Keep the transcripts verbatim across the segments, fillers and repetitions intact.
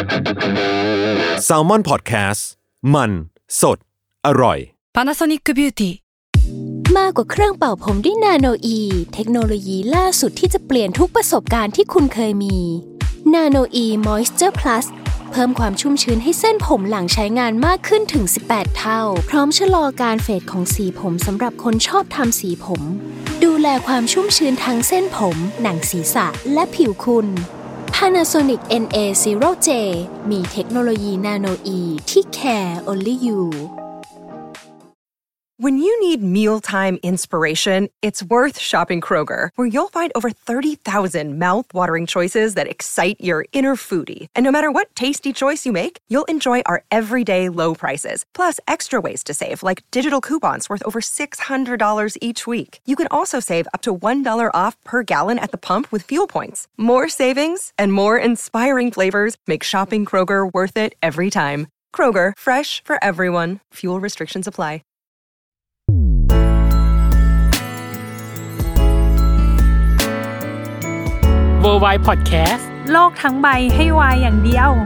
Salmon Podcast มันสดอร่อย Panasonic Beauty มากกว่าเครื่องเป่าผมด้วยนาโนอีเทคโนโลยีล่าสุดที่จะเปลี่ยนทุกประสบการณ์ที่คุณเคยมีนาโนอี Moisture Plus เพิ่มความชุ่มชื้นให้เส้นผมหลังใช้งานมากขึ้นถึงสิบแปดเท่าพร้อมชะลอการเฟดของสีผมสำหรับคนชอบทำสีผมดูแลความชุ่มชื้นทั้งเส้นผมหนังศีรษะและผิวคุณ Panasonic เอ็น เอ ศูนย์ เจ มีเทคโนโลยีนาโนอีที่ care only you When you need mealtime inspiration, it's worth shopping Kroger, where you'll find over thirty thousand mouth-watering choices that excite your inner foodie. And no matter what tasty choice you make, you'll enjoy our everyday low prices, plus extra ways to save, like digital coupons worth over six hundred dollars each week. You can also save up to one dollar off per gallon at the pump with fuel points. More savings and more inspiring flavors make shopping Kroger worth it every time. Kroger, fresh for everyone. Fuel restrictions apply. Worldwide Podcast โลกทั้งใบให้วายอย่างเดียว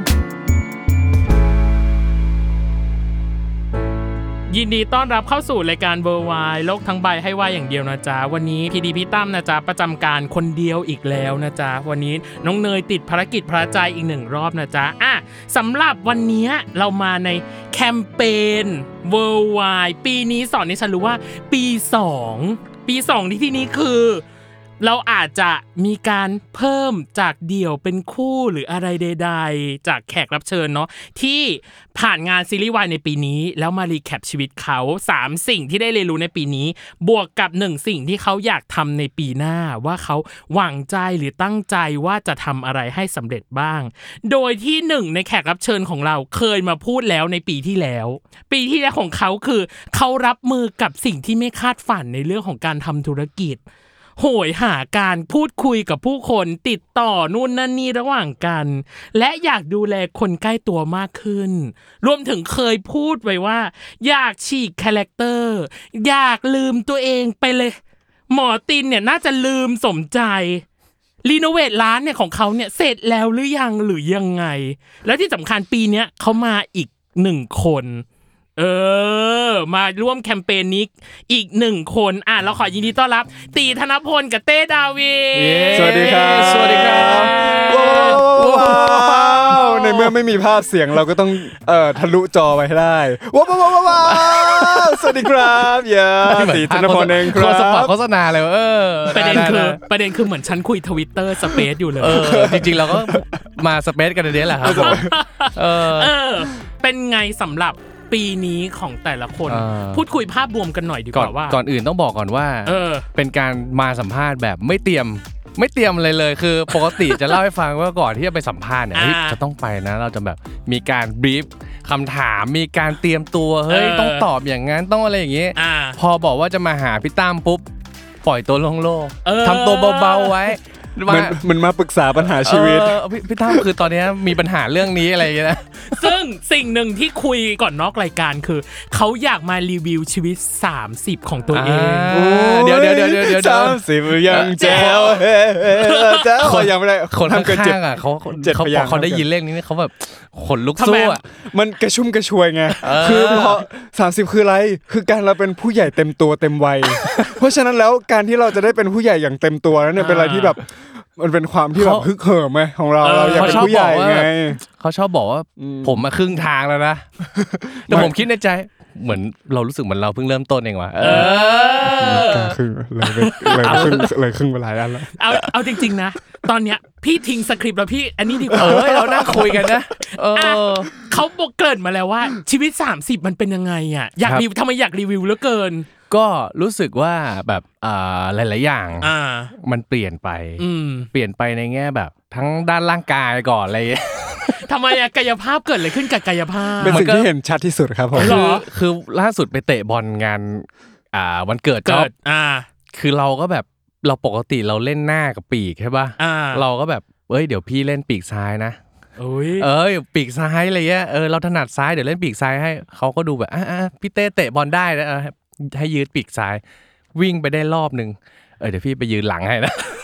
ยินดีต้อนรับเข้าสู่รายการ Worldwide โลกทั้งใบให้วายอย่างเดียวนะจ๊ะวันนี้พี่ดีพี่ตั้มนะจ๊ะประจำการคนเดียวอีกแล้วนะจ๊ะวันนี้น้องเนยติดภารกิจพระใจอีกหนึ่งรอบนะจ๊ะอ่ะสำหรับวันนี้เรามาในแคมเปญ Worldwide ปีนี้สอนให้ฉันรู้ว่าปีสองปีสองที่ที่นี้คือเราอาจจะมีการเพิ่มจากเดี่ยวเป็นคู่หรืออะไรใดๆจากแขกรับเชิญเนาะที่ผ่านงานซีรีส์วายในปีนี้แล้วมารีแคปชีวิตเขาสามสิ่งที่ได้เรียนรู้ในปีนี้บวกกับหนึ่งสิ่งที่เขาอยากทำในปีหน้าว่าเขาหวังใจหรือตั้งใจว่าจะทำอะไรให้สำเร็จบ้างโดยที่หนึ่งในแขกรับเชิญของเราเคยมาพูดแล้วในปีที่แล้วปีที่แล้วของเขาคือเขารับมือกับสิ่งที่ไม่คาดฝันในเรื่องของการทำธุรกิจโหยหาการพูดคุยกับผู้คนติดต่อนู่นนั่นนี่ระหว่างกันและอยากดูแลคนใกล้ตัวมากขึ้นรวมถึงเคยพูดไว้ว่าอยากฉีกคาแรคเตอร์อยากลืมตัวเองไปเลยหมอตินเนี่ยน่าจะลืมสมใจรีโนเวทร้านเนี่ยของเขาเนี่ยเสร็จแล้วหรือยังหรือยังไงแล้วที่สำคัญปีนี้เขามาอีกหนึ่งคนเออมาร่วมแคมเปญนี้อีกหนึ่งคนอ่ะเราขอยินดีต้อนรับตีธนพลกับเต้ดาวิดสวัสดีครับสวัสดีครับว้าวในเมื่อไม่มีภาพเสียงเราก็ต้องเอ่อทะลุจอไปให้ได้ว้าวว้าวสวัสดีครับเย้ตีธนพลเองครับโฆษณาเลยเออประเด็นคือประเด็นคือเหมือนฉันคุย Twitter Space อยู่เลยเออจริงๆเราก็มา Space กันเดี๋ยวแหละครับเออเออเป็นไงสำหรับปีนี้ของแต่ละคนพูดคุยภาพรวมกันหน่อยดีกว่าว่าก่อนอื่นต้องบอกก่อนว่าเออเป็นการมาสัมภาษณ์แบบไม่เตรียมไม่เตรียมอะไรเลยคือปกติจะเล่าให้ฟังว่าก่อนที่จะไปสัมภาษณ์เนี่ยจะต้องไปนะเราจะแบบมีการบรีฟคำถามมีการเตรียมตัวเฮ้ยต้องตอบอย่างงั้นต้องอะไรอย่างงี้พอบอกว่าจะมาหาพี่ตั้มปุ๊บปล่อยตัวโล่งๆทำตัวเบาๆไว้มันมันมาปรึกษาปัญหาชีวิตพี่ตั้มคือตอนนี้มีปัญหาเรื่องนี้อะไรอย่างเงี้ยนะซึ่งสิ่งหนึ่งที่คุยก่อนนอกรายการคือเขาอยากมารีวิวชีวิตสามสิบของตัวเองเดี๋ยวเดี๋ยวเดี๋ยวเดี๋ยวสามสิบยังแจ๋วแจ๋วคนยังไม่ได้คนข้างๆอ่ะเขาเขาพอเขาได้ยินเรื่องนี้เขาแบบขนลุกสู้อ่ะมันกระชุ่มกระชวยไงคือพอสามสิบคืออะไรคือการเราเป็นผู้ใหญ่เต็มตัวเต็มวัยเพราะฉะนั้นแล้วการที่เราจะได้เป็นผู้ใหญ่อย่างเต็มตัวนั้นเนี่ยเป็นอะไรที่แบบมันเป็นความที่แบบฮึกเหิมมั้ยของเราเราอยากเป็นผู้ใหญ่ไงเขาชอบบอกว่าผมมาครึ่งทางแล้วนะแต่ผมคิดในใจเหมือนเรารู้สึกเหมือนเราเพิ่งเริ่มต้นเองว่ะเออครึ่งเลยเลยครึ่งเลยครึ่งเวลาแล้วเอาเอาจริงๆนะตอนเนี้ยพี่ทิ้งสคริปต์แล้วพี่อันนี้ดีกว่าเออเรานั่งคุยกันนะเออเขาบอกเกริ่นมาแล้วว่าชีวิตสามสิบมันเป็นยังไงอ่ะอยากรีวิวทำไมอยากรีวิวเหลือเกินก็รู้สึกว่าแบบอ่าหลายๆอย่างมันเปลี่ยนไปเปลี่ยนไปในแง่แบบทั้งด้านร่างกายก่อนอะไรทำไมอะกายภาพเกิดอะไรขึ้นกับกายภาพเป็นสิ่งที่เห็นชัดที่สุดครับผมคือคือล่าสุดไปเตะบอลงานอ่าวันเกิดจ๊อบคือเราก็แบบเราปกติเราเล่นหน้ากับปีกใช่ป่ะเราก็แบบเอ้ยเดี๋ยวพี่เล่นปีกซ้ายนะเอ้ยปีกซ้ายอะไรเงี้ยเออเราถนัดซ้ายเดี๋ยวเล่นปีกซ้ายให้เขาก็ดูแบบอ่ะพี่เต้เตะบอลได้นะให้ยืดปีกซ้ายวิ่งไปได้รอบนึงเออเดี๋ยวพี่ไปยืนหลังให้นะ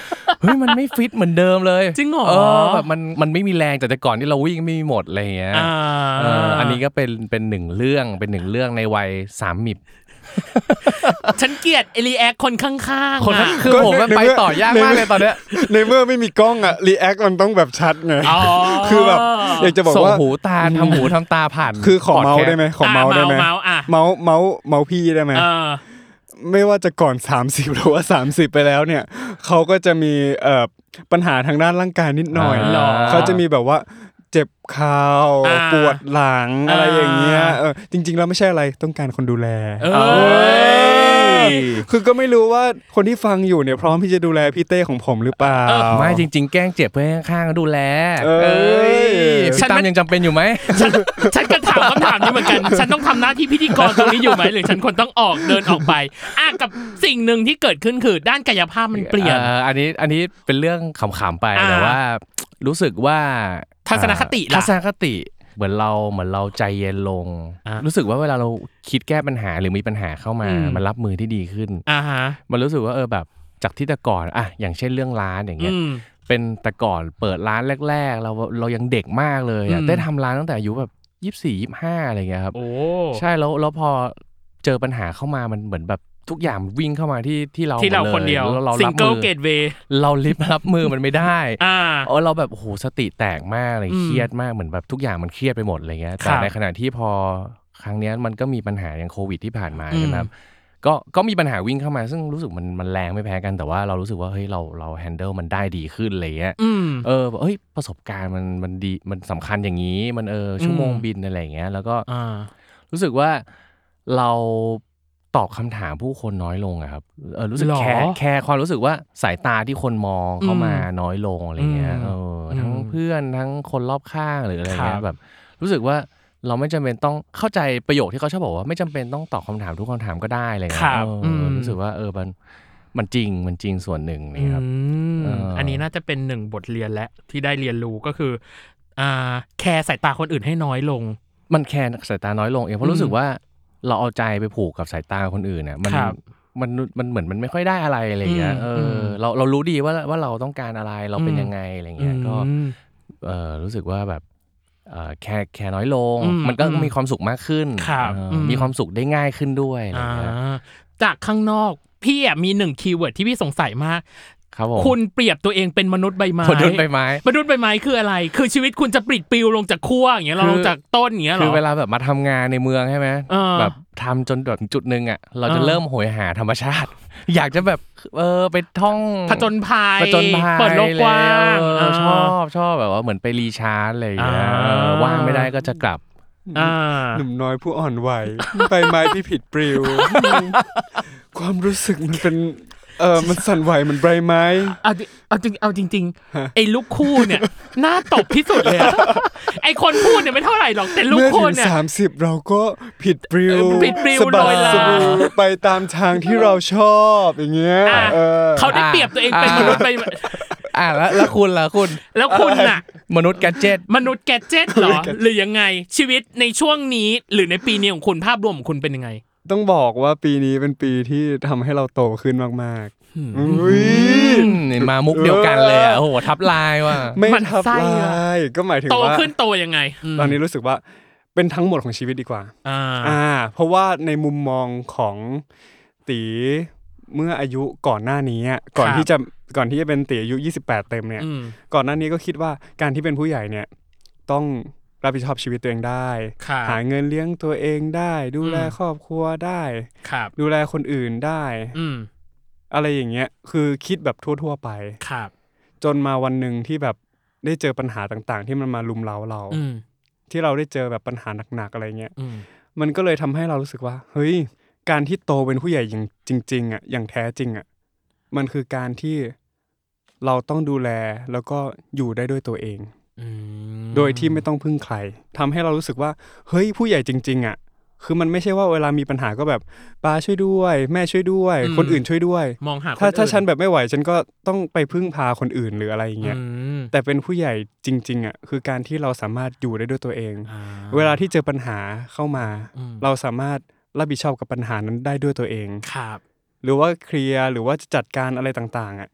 เฮ้ยมันไม่ฟิตเหมือนเดิมเลยจริงเหรอเออแบบมันมันไม่มีแรงแต่แต่ก่อนที่เราวิ่งไม่มีหมดอะไรอย่างเงี้ยเอออันนี้ก็เป็นเป็นหนึ่งเรื่องเป็นหนึ่งเรื่องในวัยสามมิบฉันเกลียดรีแอคคนข้างๆคนอ่ะคือผมมันไปต่อยากมากเลยตอนเนี้ยในเมื่อไม่มีกล้องอ่ะรีแอคมันต้องแบบชัดไงคือแบบอยากจะบอกว่าส่งหูตาทำหูทำตาผ่านคือขอเมาส์ได้ไหมขอเมาส์ได้ไหมเมาส์เมาส์เมาส์พี่ได้ไหมไม่ว่าจะก่อนสามสิบหรือว่าสามสิบไปแล้วเนี่ยเขาก็จะมีเอ่อปัญหาทางด้านร่างกายนิดหน่อยเขาจะมีแบบว่าเจ็บเข่าปวดหลังอะไรอย่างเงี้ยเออจริงๆแล้วไม่ใช่อะไรต้องการคนดูแลคือก็ไม่รู้ว่าคนที่ฟังอยู่เนี่ยพร้อมที่จะดูแลพี่เต้ของผมหรือเปล่าไม่จริงๆแกล้งเจ็บเพื่อนข้างๆดูแลเอ้ยพี่ตั้มยังจำเป็นอยู่ไหมฉันก็ถามคำถามนี้เหมือนกันฉันต้องทำหน้าที่พิธีกรตรงนี้อยู่ไหมหรือฉันควรต้องออกเดินออกไปอ่ะกับสิ่งหนึ่งที่เกิดขึ้นคือด้านกายภาพมันเปลี่ยนอันนี้อันนี้เป็นเรื่องขำๆไปแต่ว่ารู้สึกว่าทัศนคติทัศนคติเหมือนเราเหมือนเราใจเย็นลงรู้สึกว่าเวลาเราคิดแก้ปัญหาหรือมีปัญหาเข้ามามันรับมือที่ดีขึ้นอ่าฮะมันรู้สึกว่าเออแบบจากที่แต่ก่อนอ่ะอย่างเช่นเรื่องร้านอย่างเงี้ยเป็นแต่ก่อนเปิดร้านแรกๆเราเรายังเด็กมากเลยอ่ะได้ทำร้านตั้งแต่อายุแบบยี่สิบสี่ ยี่สิบห้าอะไรเงี้ยครับใช่แล้วแล้วพอเจอปัญหาเข้ามามันเหมือนแบบทุกอย่างวิ่งเข้ามาที่ที่เราที่เราคนเดียวซิงเกิลเกตเวย์เราลิฟรับมือมันไม่ได้เออเราแบบโอ้โหสติแตกมากเลยเครียดมากเหมือนแบบทุกอย่างมันเครียดไปหมดอะไรเงี้ยแต่ในขณะที่พอครั้งนี้มันก็มีปัญหาอย่างโควิดที่ผ่านมาใช่ไหมครับก็ก็มีปัญหาวิ่งเข้ามาซึ่งรู้สึกมันมันแรงไม่แพ้กันแต่ว่าเรารู้สึกว่าเฮ้ยเราเราแฮนเดิลมันได้ดีขึ้นอะไรเงี้ยเออเฮ้ยประสบการณ์มันมันดีมันสำคัญอย่างนี้มันเออชั่วโมงบินอะไรเงี้ยแล้วก็รู้สึกว่าเราตอบคำถามผู้คนน้อยลงอะครับเออรู้สึกแคร์แคร์ความรู้สึกว่าสายตาที่คนมองเข้ามาน้อยลงอะไรเงี้ยเออทั้งเพื่อนทั้งคนรอบข้างหรืออะไรเงี้ยแบบรู้สึกว่าเราไม่จำเป็นต้องเข้าใจประโยคที่เขาชอบบอกว่าไม่จำเป็นต้องตอบคำถามทุกคำถามก็ได้อะไรเงี้ยรู้สึกว่าเออมันมันจริงมันจริงส่วนหนึ่งนี่ครับอันนี้น่าจะเป็นหนึ่งบทเรียนและที่ได้เรียนรู้ก็คืออ่าแคร์สายตาคนอื่นให้น้อยลงมันแคร์สายตาน้อยลงเองเพราะรู้สึกว่าเราเอาใจไปผูกกับสายตาคนอื่นเนี่ยมันมันมันเหมือนมันไม่ค่อยได้อะไรอะไรเงี้ยเออเราเรารู้ดีว่าว่าเราต้องการอะไรเราเป็นยังไงอะไรเงี้ยก็เออรู้สึกว่าแบบเออแค่แค่น้อยลงมันก็มีความสุขมากขึ้นมีความสุขได้ง่ายขึ้นด้วยอะไรเงี้ยจากข้างนอกพี่อ่ะมีหนึ่งคีย์เวิร์ดที่พี่สงสัยมากคุณเปรียบตัวเองเป็นมนุษย์ใบไม้มนุษย์ใบไม้มนุษย์ใบไม้คืออะไรคือชีวิตคุณจะปลิดปลิวลงจากขั้วอย่างเงี้ยเราลงจากต้นอย่างเงี้ยหรอคือเวลาแบบมาทำงานในเมืองใช่ไหมแบบทำจนถึงจุดนึงอ่ะเราจะเริ่มโหยหาธรรมชาติอยากจะแบบเออไปท่องผจญภัยผจญภัยเปิดโลกกว้างชอบชอบแบบว่าเหมือนไปรีชาร์จอะไรอย่างเงี้ยว่างไม่ได้ก็จะกลับหนุ่มน้อยผู้อ่อนไหวใบไม้ที่ผิดปลิวความรู้สึกมันเป็นเออมันสั่นไหวเหมือนใบไม้เอาเอาจริงเอาจริงๆไอ้ลูกคู่เนี่ยน่าตบที่สุดเลยไอ้คนพูดเนี่ยไม่เท่าไหร่หรอกแต่ลูกคู่เนี่ยเมื่อถึงสามสิบเราก็ผิดปลิวผิดปลิวสะบัดสะบูไปตามทางที่เราชอบอย่างเงี้ยเขาได้เปรียบตัวเองเป็นมนุษย์ไปอ่ะแล้วแล้วคุณล่ะคุณแล้วคุณน่ะมนุษย์แกดเจ็ตมนุษย์แกดเจ็ตเหรอหรือยังไงชีวิตในช่วงนี้หรือในปีนี้ของคุณภาพรวมของคุณเป็นยังไงต้องบอกว่าปีนี้เป็นปีที่ทำให้เราโตขึ้นมากๆอุ้ยนี่มามุกเดียวกันเลยอ่ะโอ้โหทับลายว่ะไม่ทับลายก็หมายถึงว่าโตขึ้นโตยังไงตอนนี้รู้สึกว่าเป็นทั้งหมดของชีวิตดีกว่าอ่าอ่าเพราะว่าในมุมมองของตีเมื่ออายุก่อนหน้านี้ก่อนที่จะก่อนที่จะเป็นตีอายุยี่สิบแปดเต็มเนี่ยก่อนหน้านี้ก็คิดว่าการที่เป็นผู้ใหญ่เนี่ยต้องรับผิดชอบชีวิตตัวเองได้หาเงินเลี้ยงตัวเองได้ดูแลครอบครัวได้ดูแลคนอื่นได้อะไรอย่างเงี้ยคือคิดแบบทั่วๆไปจนมาวันนึงที่แบบได้เจอปัญหาต่างๆที่มันมาลุมเร้าเราที่เราได้เจอแบบปัญหาหนักๆอะไรเงี้ยมันก็เลยทำให้เรารู้สึกว่าเฮ้ยการที่โตเป็นผู้ใหญ่อย่างจริงๆอ่ะอย่างแท้จริงอ่ะมันคือการที่เราต้องดูแลแล้วก็อยู่ได้ด้วยตัวเองโดยที่ไม่ต้องพึ่งใครทำให้เรารู้สึกว่าเฮ้ยผู้ใหญ่จริงๆอ่ะคือมันไม่ใช่ว่าเวลามีปัญหาก็แบบป้าช่วยด้วยแม่ช่วยด้วยคนอื่นช่วยด้วยมองหาถ้าถ้าฉันแบบไม่ไหวฉันก็ต้องไปพึ่งพาคนอื่นหรืออะไรอย่างเงี้ยแต่เป็นผู้ใหญ่จริงๆอ่ะคือการที่เราสามารถอยู่ได้ด้วยตัวเองเวลาที่เจอปัญหาเข้ามาเราสามารถรับผิดชอบกับปัญหานั้นได้ด้วยตัวเองหรือว่าเคลียร์หรือว่าจะจัดการอะไรต่างๆอ่ะ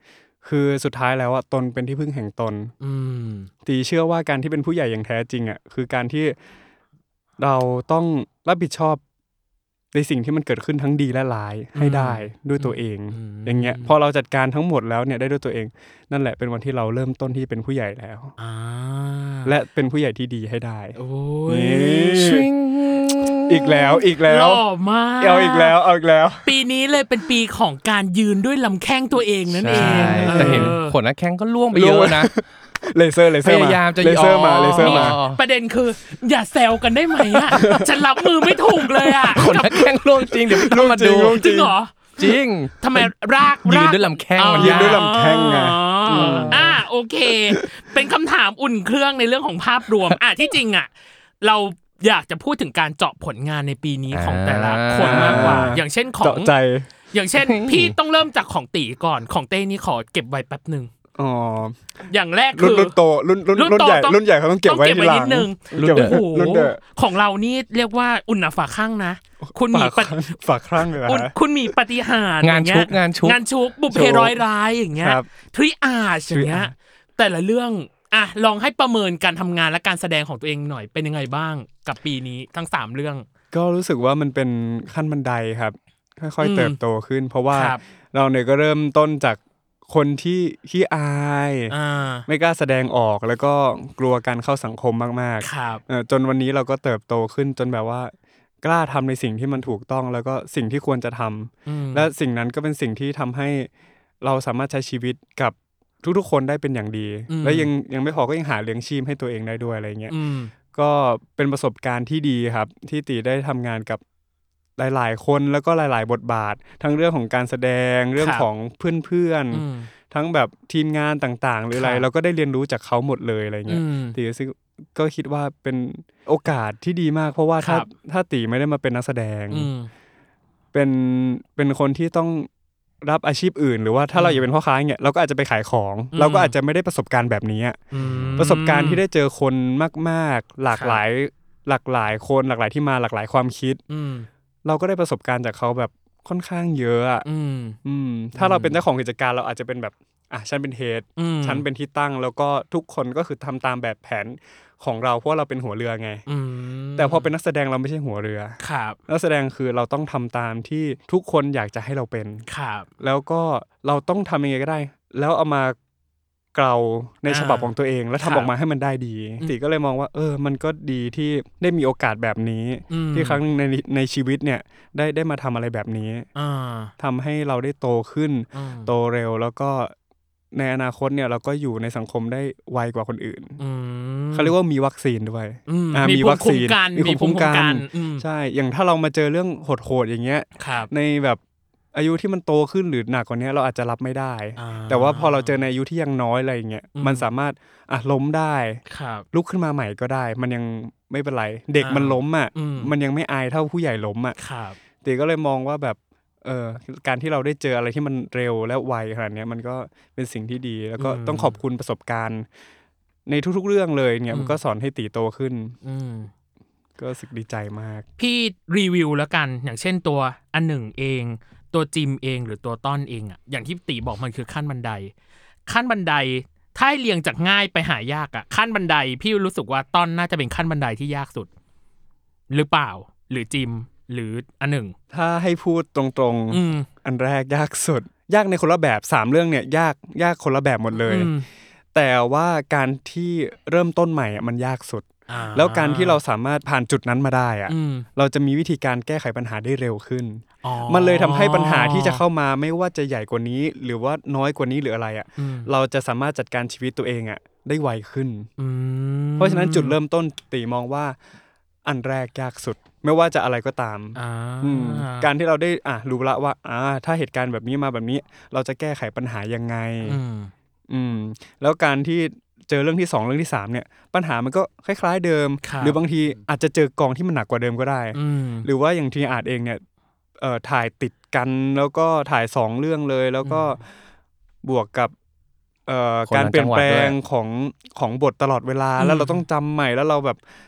คือสุดท้ายแล้วอ่ะตนเป็นที่พึ่งแห่งตนตีเชื่อว่าการที่เป็นผู้ใหญ่อย่างแท้จริงอ่ะคือการที่เราต้องรับผิดชอบในสิ่งที่มันเกิดขึ้นทั้งดีและร้ายให้ได้ด้วยตัวเองอย่างเงี้ยพอเราจัดการทั้งหมดแล้วเนี่ยได้ด้วยตัวเองนั่นแหละเป็นวันที่เราเริ่มต้นที่เป็นผู้ใหญ่แล้วและเป็นผู้ใหญ่ที่ดีให้ได้โอ้ยอีกแล้วอีกแล้วหล่อมากเอาอีกแล้วเอาอีกแล้วปีนี้เลยเป็นปีของการยืนด้วยลำแข้งตัวเองนั่นเองแต่เห็นขนนักแข้งก็ล่วงไปเยอะนะเลเซอร์เลเซอร์มาพยายามจะเลเซอร์มาเลเซอร์มาประเด็นคืออย่าแซวกันได้ไหมอ่ะฉันรับมือไม่ถูกเลยอ่ะขนนักแข้งล่วงจริงเดี๋ยวพี่ต้องมาดูจริงเหรอจริงทำไมรากยืนด้วยลำแข้งมันยืนด้วยลำแข้งไงอ่าโอเคเป็นคำถามอุ่นเครื่องในเรื่องของภาพรวมอ่ะที่จริงอ่ะเราอยากจะพูดถึงการเจาะผลงานในปีนี้ของแต่ละคนมากกว่าอย่างเช่นของเจาะใจอย่างเช่นพี่ต้องเริ่มจากของตีก่อนของเต้นี่ขอเก็บไว้แป๊บนึงอ๋ออย่างแรกคือรุ่นโตรุ่นรุ่นรุ่นใหญ่รุ่นใหญ่เขาต้องเก็บไว้ทีหลังรุ่นเดอรุ่นเดอของเรานี่เรียกว่าอุ่นฝาข้างนะคุณมีฝาข้างเลยนะคุณมีปฏิหาริย์งานชุกงานชุกงานชุกบุพเพร้อยร้ายอย่างเงี้ยทริอาร์ชอย่างเงี้ยแต่ละเรื่องอ่ะลองให้ประเมินการทำงานและการแสดงของตัวเองหน่อยเป็นยังไงบ้างกับปีนี้ทั้งสามเรื่องก็รู้สึกว่ามันเป็นขั้นบันไดครับค่อยๆเติบโตขึ้นเพราะว่าเราเนี่ยก็เริ่มต้นจากคนที่ขี้อายไม่กล้าแสดงออกแล้วก็กลัวการเข้าสังคมมากๆจนวันนี้เราก็เติบโตขึ้นจนแบบว่ากล้าทำในสิ่งที่มันถูกต้องแล้วก็สิ่งที่ควรจะทำและสิ่งนั้นก็เป็นสิ่งที่ทำให้เราสามารถใช้ชีวิตกับทุกๆคนได้เป็นอย่างดีและยังยังไม่พอก็ยังหาเลี้ยงชีพให้ตัวเองได้ด้วยอะไรเงี้ยก็เป็นประสบการณ์ที่ดีครับที่ตีได้ทำงานกับหลายๆคนแล้วก็หลายๆบทบาททั้งเรื่องของการแสดงเรื่องของเพื่อนๆทั้งแบบทีมงานต่างๆหรืออะไรเราก็ได้เรียนรู้จากเขาหมดเลยอะไรเงี้ยตีก็คิดว่าเป็นโอกาสที่ดีมากเพราะว่าถ้าถ้าตีไม่ได้มาเป็นนักแสดงเป็นเป็นคนที่ต้องรับอาชีพอื่นหรือว่าถ้าเราอยากเป็นพ่อค้าเนี่ยเราก็อาจจะไปขายของเราก็อาจจะไม่ได้ประสบการณ์แบบนี้ประสบการณ์ที่ได้เจอคนมากๆหลากหลายหลากหลายคนหลากหลายที่มาหลากหลายความคิดเราก็ได้ประสบการณ์จากเขาแบบค่อนข้างเยอะอ่ะอืมถ้าเราเป็นเจ้าของกิจการเราอาจจะเป็นแบบอ่ะฉันเป็นเฮดฉันเป็นที่ตั้งแล้วก็ทุกคนก็คือทำตามแบบแผนของเราเพราะเราเป็นหัวเรือไงแต่พอเป็นนักแสดงเราไม่ใช่หัวเรือนักแสดงคือเราต้องทำตามที่ทุกคนอยากจะให้เราเป็นแล้วก็เราต้องทำยังไงก็ได้แล้วเอามาเกลาในฉบับของตัวเองแล้วทำออกมาให้มันได้ดีตีก็เลยมองว่าเออมันก็ดีที่ได้มีโอกาสแบบนี้ที่ครั้งนึงในในชีวิตเนี่ยได้ได้มาทำอะไรแบบนี้ทำให้เราได้โตขึ้นโตเร็วแล้วก็ในอนาคตเนี่ยเราก็อยู่ในสังคมได้ไวกว่าคนอื่นเขาเรียกว่ามีวัคซีนด้วยมีวัคซีนมีภูมิคุ้มกันใช่อย่างถ้าเรามาเจอเรื่องโหดๆอย่างเงี้ยในแบบอายุที่มันโตขึ้นหรือหนักกว่านี้เราอาจจะรับไม่ได้แต่ว่าพอเราเจอในอายุที่ยังน้อยอะไรอย่างเงี้ยมันสามารถอ่ะล้มได้ลุกขึ้นมาใหม่ก็ได้มันยังไม่เป็นไรเด็กมันล้มอ่ะมันยังไม่อายเท่าผู้ใหญ่ล้มอ่ะตีก็เลยมองว่าแบบเออการที่เราได้เจออะไรที่มันเร็วและไวขนาดนี้มันก็เป็นสิ่งที่ดีแล้วก็ต้องขอบคุณประสบการณ์ในทุกๆเรื่องเลยเนี่ยมันก็สอนให้ตีโตขึ้นก็รู้สึกดีใจมากพี่รีวิวแล้วกันอย่างเช่นตัวอันหนึ่งเองตัวจิมเองหรือตัวต้อนเองอ่ะอย่างที่ตีบอกมันคือขั้นบันไดขั้นบันไดถ้าเรียงจากง่ายไปหายากอ่ะขั้นบันไดพี่รู้สึกว่าต้อนน่าจะเป็นขั้นบันไดที่ยากสุดหรือเปล่าหรือจิมหรืออันหนึ่งถ้าให้พูดตรงๆอันแรกยากสุดยากในคนละแบบสามเรื่องเนี่ยยากยากคนละแบบหมดเลยแต่ว่าการที่เริ่มต้นใหม่อ่ะมันยากสุดแล้วการที่เราสามารถผ่านจุดนั้นมาได้อ่ะเราจะมีวิธีการแก้ไขปัญหาได้เร็วขึ้นมันเลยทำให้ปัญหาที่จะเข้ามาไม่ว่าจะใหญ่กว่านี้หรือว่าน้อยกว่านี้หรืออะไรอ่ะเราจะสามารถจัดการชีวิตตัวเองอ่ะได้ไวขึ้นเพราะฉะนั้นจุดเริ่มต้นตีมองว่าอันแรกยากสุดไม่ว่าจะอะไรก็ตามการที่เราได้อ่ะรู้ละว่าอ่าถ้าเหตุการณ์แบบนี้มาแบบนี้เราจะแก้ไขปัญหายังไงอืมแล้วการที่เจอเรื่องที่สองเรื่องที่สามเนี่ยปัญหามันก็คล้ายๆเดิมหรือบางทีอาจจะเจอกองที่มันหนักกว่าเดิมก็ได้หรือว่าอย่างที่อาจเองเนี่ยเอ่อถ่ายติดกันแล้วก็ถ่ายสองเรื่องเลยแล้วก็บวกกับเอ่อการเปลี่ยนแปลงของของบทตลอดเวลาแล้วเราต้องจำใหม่แล้วเราแบบ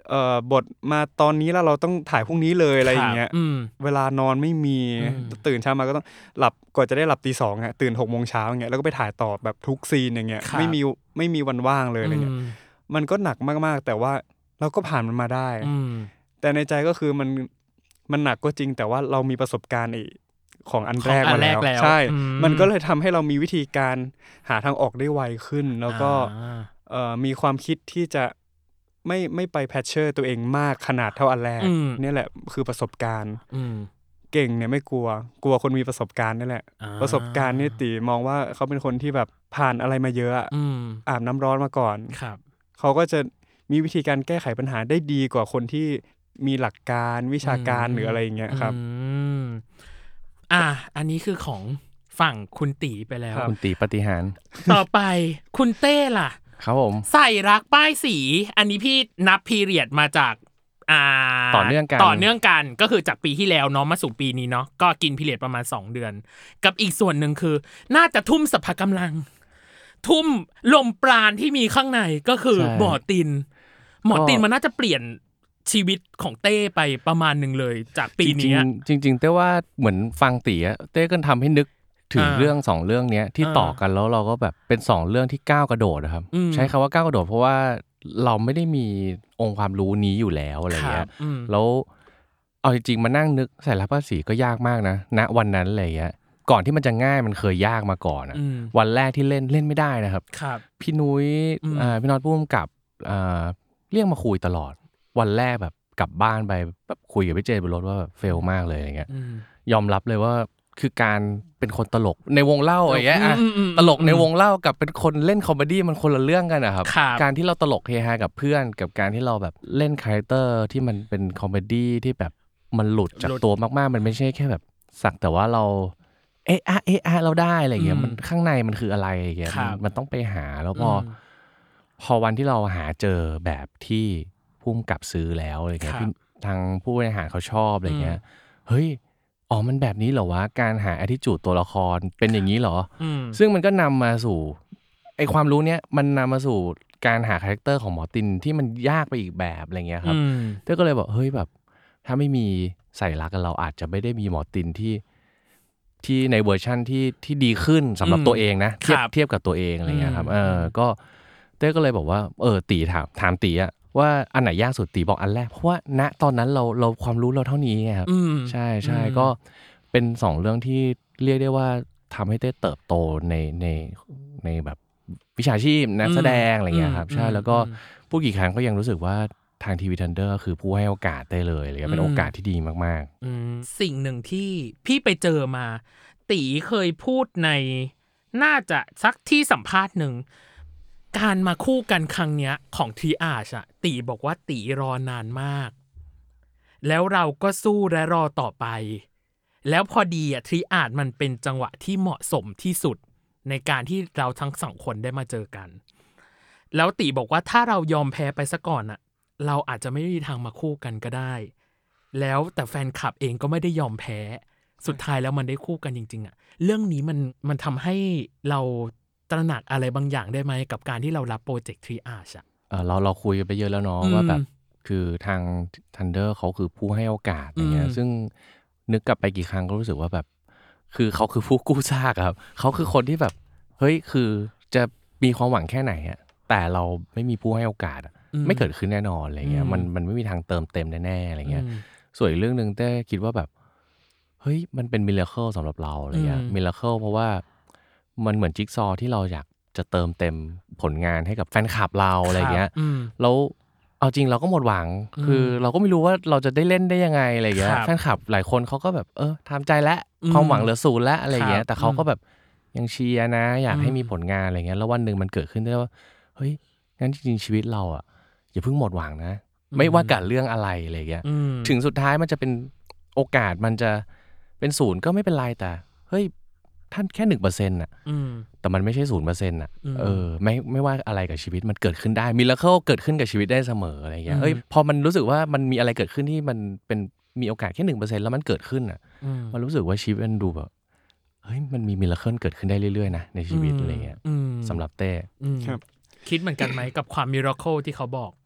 เอ่อบทมาตอนนี้แล้วเราต้องถ่ายพรุ่งนี้เลยอะไรอย่างเงี้ยเวลานอนไม่มีตื่นเช้ามาก็ต้องหลับก่อนจะได้หลับตีสองอ่ะตื่นหกโมงเช้าอย่างเงี้ยแล้วก็ไปถ่ายต่อแบบทุกซีนอย่างเงี้ยไม่มีไม่มีวันว่างเลยอะไรเงี้ยมันก็หนักมากๆแต่ว่าเราก็ผ่านมันมาได้แต่ในใจก็คือมันมันหนักก็จริงแต่ว่าเรามีประสบการณ์อีกของอันแรกมาแล้วใช่มันก็เลยทำให้เรามีวิธีการหาทางออกได้ไวขึ้นแล้วก็เอ่อมีความคิดที่จะไม่ไม่ไปแพชเชอร์ตัวเองมากขนาดเท่าอันแรกนี่แหละคือประสบการณ์เก่งเนี่ยไม่กลัวกลัวคนมีประสบการณ์นี่แหละประสบการณ์นี่ตีมองว่าเขาเป็นคนที่แบบผ่านอะไรมาเยอะอาบน้ำร้อนมาก่อนเขาก็จะมีวิธีการแก้ไขปัญหาได้ดีกว่าคนที่มีหลักการวิชาการหรืออะไรอย่างเงี้ยครับอ่ะอันนี้คือของฝั่งคุณตีไปแล้วคุณตีปฏิหารต่อไปคุณเต้ล่ะครับผมใส่รักป้ายสีอันนี้พี่นับพีเรียดมาจากอ่าต่อเนื่องกันต่อเนื่องกันก็คือจากปีที่แล้วเนาะมาสู่ปีนี้เนาะก็กินพีเรียดประมาณสองเดือนกับอีกส่วนหนึ่งคือน่าจะทุ่มสรรพกำลังทุ่มลมปราณที่มีข้างในก็คือหมอตินหมอตินมันน่าจะเปลี่ยนชีวิตของเต้ไปประมาณหนึ่งเลยจากปีนี้จริงๆเต้ว่าเหมือนฟังตีอ่ะเต้ก็ทำให้นึกถึงเรื่องสองเรื่องนี้ที่ต่อกันแล้วเราก็แบบเป็นสองเรื่องที่ก้าวกระโดดนะครับใช้คำว่าก้าวกระโดดเพราะว่าเราไม่ได้มีองค์ความรู้นี้อยู่แล้วอะไรเงี้ยแล้วเอาจริงๆมานั่งนึกใส่รักป้ายสีก็ยากมากนะณวันนั้นอะไรเงี้ยก่อนที่มันจะง่ายมันเคยยากมาก่อนอะวันแรกที่เล่นเล่นไม่ได้นะครับพี่นุ้ยพี่น็อตผู้กำกับเรียกมาคุยตลอดวันแรกแบบกลับบ้านไปแบบคุยกับพี่เจบนรถว่าแบบเฟลมากเลยอะไรเงี้ยยอมรับเลยว่าคือการเป็นคนตลกในวงเล่าอะไรเงี้ยตลกในวงเล่ากับเป็นคนเล่นคอมเมดี้มันคนละเรื่องกันนะครับการที่เราตลกเฮฮากับเพื่อนกับการที่เราแบบเล่นคาแรคเตอร์ที่มันเป็นคอมเมดี้ที่แบบมันหลุดจากตัวมากๆมันไม่ใช่แค่แบบสักแต่ว่าเราเอะอะเอะอะเราได้อะไรเงี้ยมันข้างในมันคืออะไรอย่างเงี้ยมันต้องไปหาแล้วพอพอวันที่เราหาเจอแบบที่พุ่มกับซื้อแล้วอะไรเงี้ยทางผู้บริหารเขาชอบอะไรเงี้ยเฮ้ยอ๋อมันแบบนี้เหรอวะการหา attitude ตัวละครเป็นอย่างนี้เหรอซึ่งมันก็นำมาสู่ไอความรู้เนี้ยมันนำมาสู่การหาคาแรคเตอร์ของหมอตินที่มันยากไปอีกแบบอะไรเงี้ยครับเต้ก็เลยบอกเฮ้ยแบบถ้าไม่มีใส่รักกันเราอาจจะไม่ได้มีหมอตินที่ที่ในเวอร์ชั่นที่ที่ดีขึ้นสำหรับตัวเองนะเทียบเทียบกับตัวเองอะไรเงี้ยครับเออก็เต้ก็เลยบอกว่าเออตีถามถามตีอะว่าอันไหนยากสุดตีบอกอันแรกเพราะว่าณตอนนั้นเราเราความรู้เราเท่านี้ไงครับใช่ใช่ก็เป็นสองเรื่องที่เรียกได้ว่าทำให้เต้เติบโตในในในแบบวิชาชีพนักแสดงอะไรเงี้ยครับใช่แล้วก็ผู้กี่ครั้งก็ยังรู้สึกว่าทางทีวีทันเดอร์คือผู้ให้โอกาสได้เลยอะไรเงี้ยเป็นโอกาสที่ดีมากๆสิ่งหนึ่งที่พี่ไปเจอมาตีเคยพูดในน่าจะสักที่สัมภาษณ์หนึ่งการมาคู่กันครั้งเนี้ยของทีอาร์ชอะตีบอกว่าตีรอนานมากแล้วเราก็สู้และรอต่อไปแล้วพอดีอะทีอาร์มันเป็นจังหวะที่เหมาะสมที่สุดในการที่เราทั้งสองคนได้มาเจอกันแล้วตีบอกว่าถ้าเรายอมแพ้ไปซะก่อนอะเราอาจจะไม่มีทางมาคู่กันก็ได้แล้วแต่แฟนคลับเองก็ไม่ได้ยอมแพ้สุดท้ายแล้วมันได้คู่กันจริงๆอะเรื่องนี้มันมันทำให้เราตระหนักอะไรบางอย่างได้ไหมกับการที่เรารับโปรเจกต์ Triage อ่ะเออเราเราคุยไปเยอะแล้วเนาะว่าแบบคือทาง Thunder เขาคือผู้ให้โอกาสอย่างเงี้ยซึ่งนึกกลับไปกี่ครั้งก็รู้สึกว่าแบบคือเขาคือผู้กู้ซากครับเขาคือคนที่แบบเฮ้ยคือจะมีความหวังแค่ไหนอะแต่เราไม่มีผู้ให้โอกาสไม่เกิดขึ้นแน่นอนอะไรเงี้ยมันมันไม่มีทางเติมเต็มแน่ๆอะไรเงี้ยส่วนอีกเรื่องนึงแต่คิดว่าแบบเฮ้ยมันเป็นมิราเคิลสำหรับเราอะไรเงี้ยมิราเคิลเพราะว่ามันเหมือนจิ๊กซอว์ที่เราอยากจะเติมเต็มผลงานให้กับแฟนคลับเราอะไรเงี้ยแล้วเอาจริงเราก็หมดหวังคือเราก็ไม่รู้ว่าเราจะได้เล่นได้ยังไงอะไรเงี้ยแฟนคลับหลายคนเขาก็แบบเออทำใจแล้วความหวังเหลือศูนย์แล้วอะไรเงี้ยแต่เขาก็แบบยังเชียร์นะอยากให้มีผลงานอะไรเงี้ยแล้ววันนึงมันเกิดขึ้นได้ว่าเฮ้ยงั้นจริงๆชีวิตเราอ่ะอย่าเพิ่งหมดหวังนะไม่ว่ากับเรื่องอะไรอะไรเงี้ยถึงสุดท้ายมันจะเป็นโอกาสมันจะเป็นศูนย์ก็ไม่เป็นไรแต่เฮ้ยท่านแค่ หนึ่งเปอร์เซ็นต์ น่ะแต่มันไม่ใช่ ศูนย์เปอร์เซ็นต์ น่ะเออไม่ไม่ว่าอะไรกับชีวิตมันเกิดขึ้นได้มิราเคิลเกิดขึ้นกับชีวิตได้เสมออะไรเงี้ยเอ้ยพอมันรู้สึกว่ามันมีอะไรเกิดขึ้นที่มันเป็นมีโอกาสแค่ หนึ่งเปอร์เซ็นต์ แล้วมันเกิดขึ้นน่ะมันรู้สึกว่าชีวิตมันดูแบบเฮ้ยมันมีมิราเคิลเกิดขึ้นได้เรื่อยๆนะในชีวิตอะไรเงี้ยสำหรับเต้คิดเหมือนกันไหมกับความมิราเคิลที่เขาบอก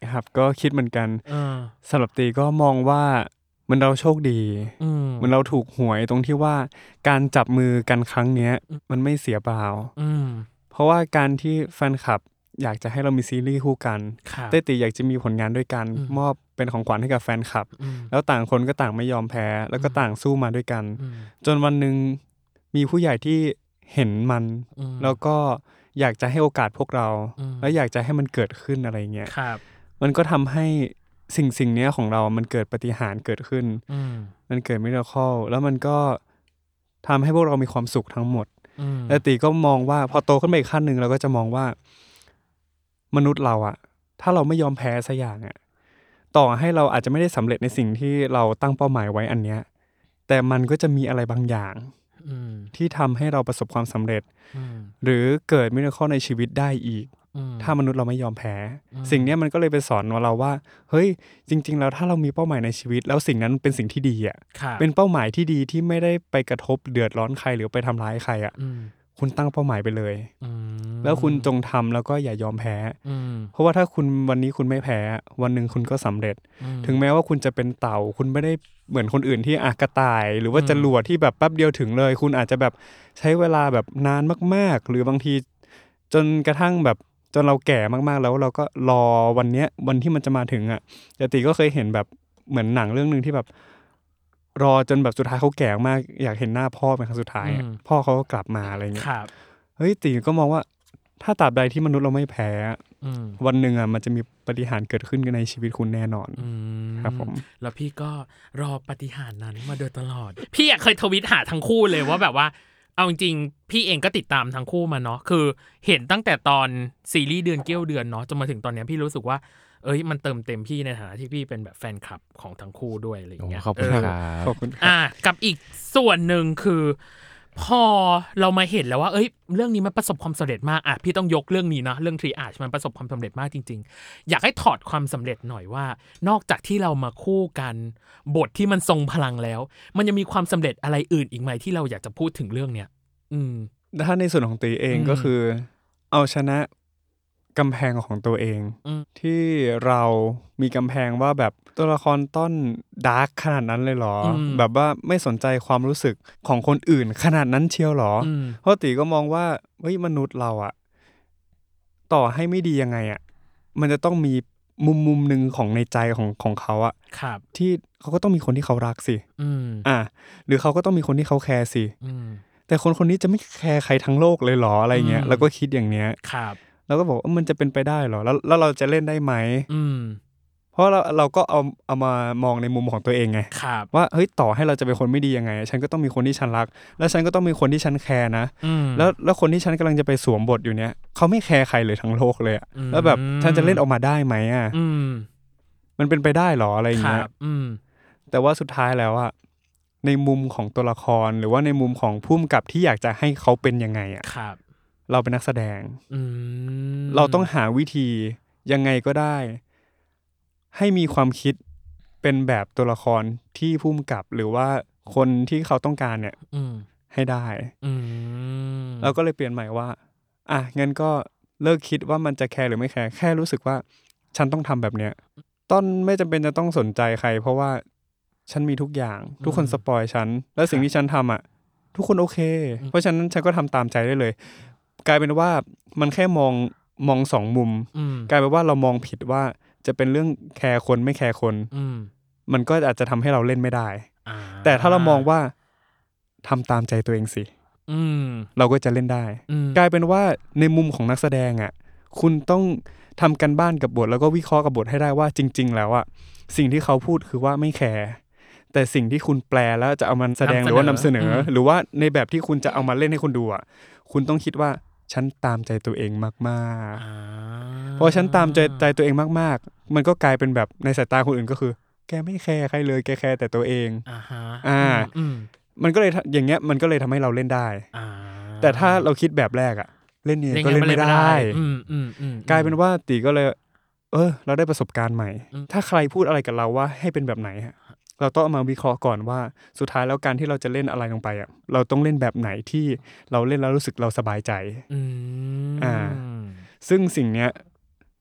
ครับก็คิดเหมือนกันเออสำหรับตีก็มองว่ามันเราโชคดีอืมมันเราถูกหวยตรงที่ว่าการจับมือกันครั้งเนี้ยมันไม่เสียเปล่าอืมเพราะว่าการที่แฟนคลับอยากจะให้เรามีซีรีส์คู่กันครับเต้ตีอยากจะมีผลงานด้วยกันอืมมอบเป็นของขวัญให้กับแฟนคลับอืมแล้วต่างคนก็ต่างไม่ยอมแพ้ แล้วก็อืมต่างสู้มาด้วยกันอืมจนวันหนึ่งมีผู้ใหญ่ที่เห็นมันอืมแล้วก็อยากจะให้โอกาสพวกเราอืมและอยากจะให้มันเกิดขึ้นอะไรเงี้ยครับมันก็ทำให้สิ่งสิ่งเนี้ยของเรามันเกิดปาฏิหาริย์เกิดขึ้นอืมมันเกิดมิราเคิลแล้วมันก็ทำให้พวกเรามีความสุขทั้งหมดอืมและตีก็มองว่าพอโตขึ้นไปอีกขั้นหนึ่งเราก็จะมองว่ามนุษย์เราอะถ้าเราไม่ยอมแพ้สักอย่างอะต่อให้เราอาจจะไม่ได้สำเร็จในสิ่งที่เราตั้งเป้าหมายไว้อันเนี้ยแต่มันก็จะมีอะไรบางอย่างอืมที่ทำให้เราประสบความสำเร็จอืมหรือเกิดมิราเคิลในชีวิตได้อีกอืมถ้ามนุษย์เราไม่ยอมแพ้อืมสิ่งเนี้ยมันก็เลยไปสอนเราว่าเฮ้ยจริง ๆ แล้วถ้าเรามีเป้าหมายในชีวิต แล้วสิ่งนั้นเป็นสิ่งที่ดีอ่ะครับเป็นเป้าหมายที่ดีที่ไม่ได้ไปกระทบเดือดร้อนใครหรือไปทำร้ายใครอ่ะอืมคุณตั้งเป้าหมายไปเลยอืมแล้วคุณจงทำแล้วก็อย่ายอมแพ้อืมเพราะว่าถ้าคุณวันนี้คุณไม่แพ้วันหนึ่งคุณก็สำเร็จอืมถึงแม้ว่าคุณจะเป็นเต่า คุณไม่ได้เหมือนคนอื่นที่อ่ะกระต่าย หรือว่าอืมจรวดที่แบบแป๊บเดียวถึงเลย คุณอาจจะแบบใช้เวลาแบบนานมากๆ หรือบางทีจนกระทั่งแบบจนเราแก่มากๆแล้วเราก็รอวันเนี้ยวันที่มันจะมาถึงอ่ะแต่ตีก็เคยเห็นแบบเหมือนหนังเรื่องนึงที่แบบรอจนแบบสุดท้ายเขาแก่มากอยากเห็นหน้าพ่อเป็นครั้งสุดท้ายอะอืมพ่อเขาก็กลับมาอะไรเงี้ยครับเฮ้ยตีก็มองว่าถ้าตราบใดที่มนุษย์เราไม่แพ้อืมวันหนึ่งอ่ะมันจะมีปาฏิหาริย์เกิดขึ้นในชีวิตคุณแน่นอนอืมครับผมแล้วพี่ก็รอปาฏิหาริย์นั้นมาโดยตลอด พี่อยากเคยทวิตหาทั้งคู่เลยว่าแบบว่าเอาจริงๆพี่เองก็ติดตามทั้งคู่มาเนาะคือเห็นตั้งแต่ตอนซีรีส์เดือนเกี้ยวเดือนเนาะจนมาถึงตอนเนี้ยพี่รู้สึกว่าเอ้ยมันเติมเต็มพี่ในฐานะที่พี่เป็นแบบแฟนคลับของทั้งคู่ด้วยอะไรอย่างเงี้ยขอบคุณเครับขอบคุณครับอ่ะกับอีกส่วนหนึ่งคือ พอเรามาเห็นแล้วว่าเอ้ยเรื่องนี้มันประสบความสำเร็จมากอ่ะพี่ต้องยกเรื่องนี้นะเรื่องทรีอาร์ชมันประสบความสำเร็จมากจริงๆอยากให้ถอดความสำเร็จหน่อยว่านอกจากที่เรามาคู่กันบทที่มันทรงพลังแล้ว มันยังมีความสำเร็จอะไรอื่นอีกไหมที่เราอยากจะพูดถึงเรื่องเนี้ยอืมถ้าในส่วนของตีเองอืมก็คือ เอาชนะกำแพงของตัวเองอืมที่เรามีกำแพงว่าแบบตัวละครต้นดาร์กขนาดนั้นเลยเหรออืมแบบว่าไม่สนใจความรู้สึกของคนอื่นขนาดนั้นเชียวเหรออืมเพราะตีก็มองว่าเฮ้ยมนุษย์เราอะต่อให้ไม่ดียังไงอะมันจะต้องมีมุมมุมหนึ่งของในใจของของเขาอะครับที่เขาก็ต้องมีคนที่เขารักสิอืมอ่ะหรือเขาก็ต้องมีคนที่เขาแคร์สิอืมแต่คนคนนี้จะไม่แคร์ใครทั้งโลกเลยเหรออะไรเงี้ยอืมแล้วก็คิดอย่างเนี้ยครับแล้วก็บอกว่ามันจะเป็นไปได้เหรอแล้วแล้วเราจะเล่นได้ไหมอืมเพราะเราเราก็เอาเอามามองในมุมของตัวเองไงครับว่าเฮ้ยต่อให้เราจะเป็นคนไม่ดียังไง ฉันก็ต้องมีคนที่ฉันรัก แล้วฉันก็ต้องมีคนที่ฉันแคร์นะอืมแล้วแล้วคนที่ฉันกำลังจะไปสวมบทอยู่เนี้ยเขาไม่แคร์ใครเลยทั้งโลกเลยอะอืมแล้วแบบฉันจะเล่นออกมาได้ไหมอ่ะอืมมันเป็นไปได้เหรออะไรคเงี้รัยบอืมแต่ว่าสุดท้ายแล้วอะในมุมของตัวละครหรือว่าในมุมของผู้กำกับที่อยากจะให้เขาเป็นยังไงอะครับเราเป็นนักแสดงอืมเราต้องหาวิธียังไงก็ได้ ให้มีความคิดเป็นแบบตัวละครที่ผู้กำกับหรือว่าคนที่เขาต้องการเนี่ยอืมให้ได้อืมเราก็เลยเปลี่ยนใหม่ว่าอ่ะงั้นก็เลิกคิดว่ามันจะแคร์หรือไม่แคร์แค่รู้สึกว่าฉันต้องทำแบบเนี้ยต้นไม่จำเป็นจะต้องสนใจใคร เพราะว่าฉันมีทุกอย่างทุกคนสปอยฉันแล้วสิ่งที่ฉันทำอ่ะทุกคนโอเค เพราะฉะนั้นฉันก็ทำตามใจได้เลย กลายเป็นว่ามันแค่มองมองสองมุมอืมกลายเป็นว่าเรามองผิดว่าจะเป็นเรื่องแคร์คนไม่แคร์คนอืมมันก็อาจจะทำให้เราเล่นไม่ได้อ่าแต่ถ้าเรามองว่าทำตามใจตัวเองสิอืมเราก็จะเล่นได้อืมกลายเป็นว่าในมุมของนักแสดงอ่ะคุณต้องทำกันบ้านกับบทแล้วก็วิเคราะห์กับบทให้ได้ว่าจริง ๆ แล้วอ่ะสิ่งที่เขาพูดคือว่าไม่แคร์แต่สิ่งที่คุณแปลแล้วจะเอามันแสดงหรือว่านำเสนอ หรือว่าในแบบที่คุณจะเอามาเล่นให้คนดูอ่ะคุณต้องคิดว่าฉันตามใจตัวเองมากอ่าๆเพราะฉันตามใจใจตัวเองมากๆมันก็กลายเป็นแบบในสายตาคนอื่นก็คือ แกไม่แคร์ใครเลยแกแคร์แต่ตัวเองอ่าฮะอ่าอืมมันก็เลยอย่างเงี้ยมันก็เลยทำให้เราเล่นได้อ่าแต่ถ้าเราคิดแบบแรกอ่ะเล่นเนี่ยก็เล่นไม่ได้อืมอืมอืมกลายเป็นว่าตีก็เลย เออ เราได้ประสบการณ์ใหม่อืมถ้าใครพูดอะไรกับเราว่าให้เป็นแบบไหนฮะเราต้องเอามาวิเคราะห์ก่อนว่าสุดท้ายแล้วการที่เราจะเล่นอะไรลงไปอ่ะเราต้องเล่นแบบไหนที่เราเล่นแล้วรู้สึกเราสบายใจอืมอ่า ซึ่งสิ่งเนี้ย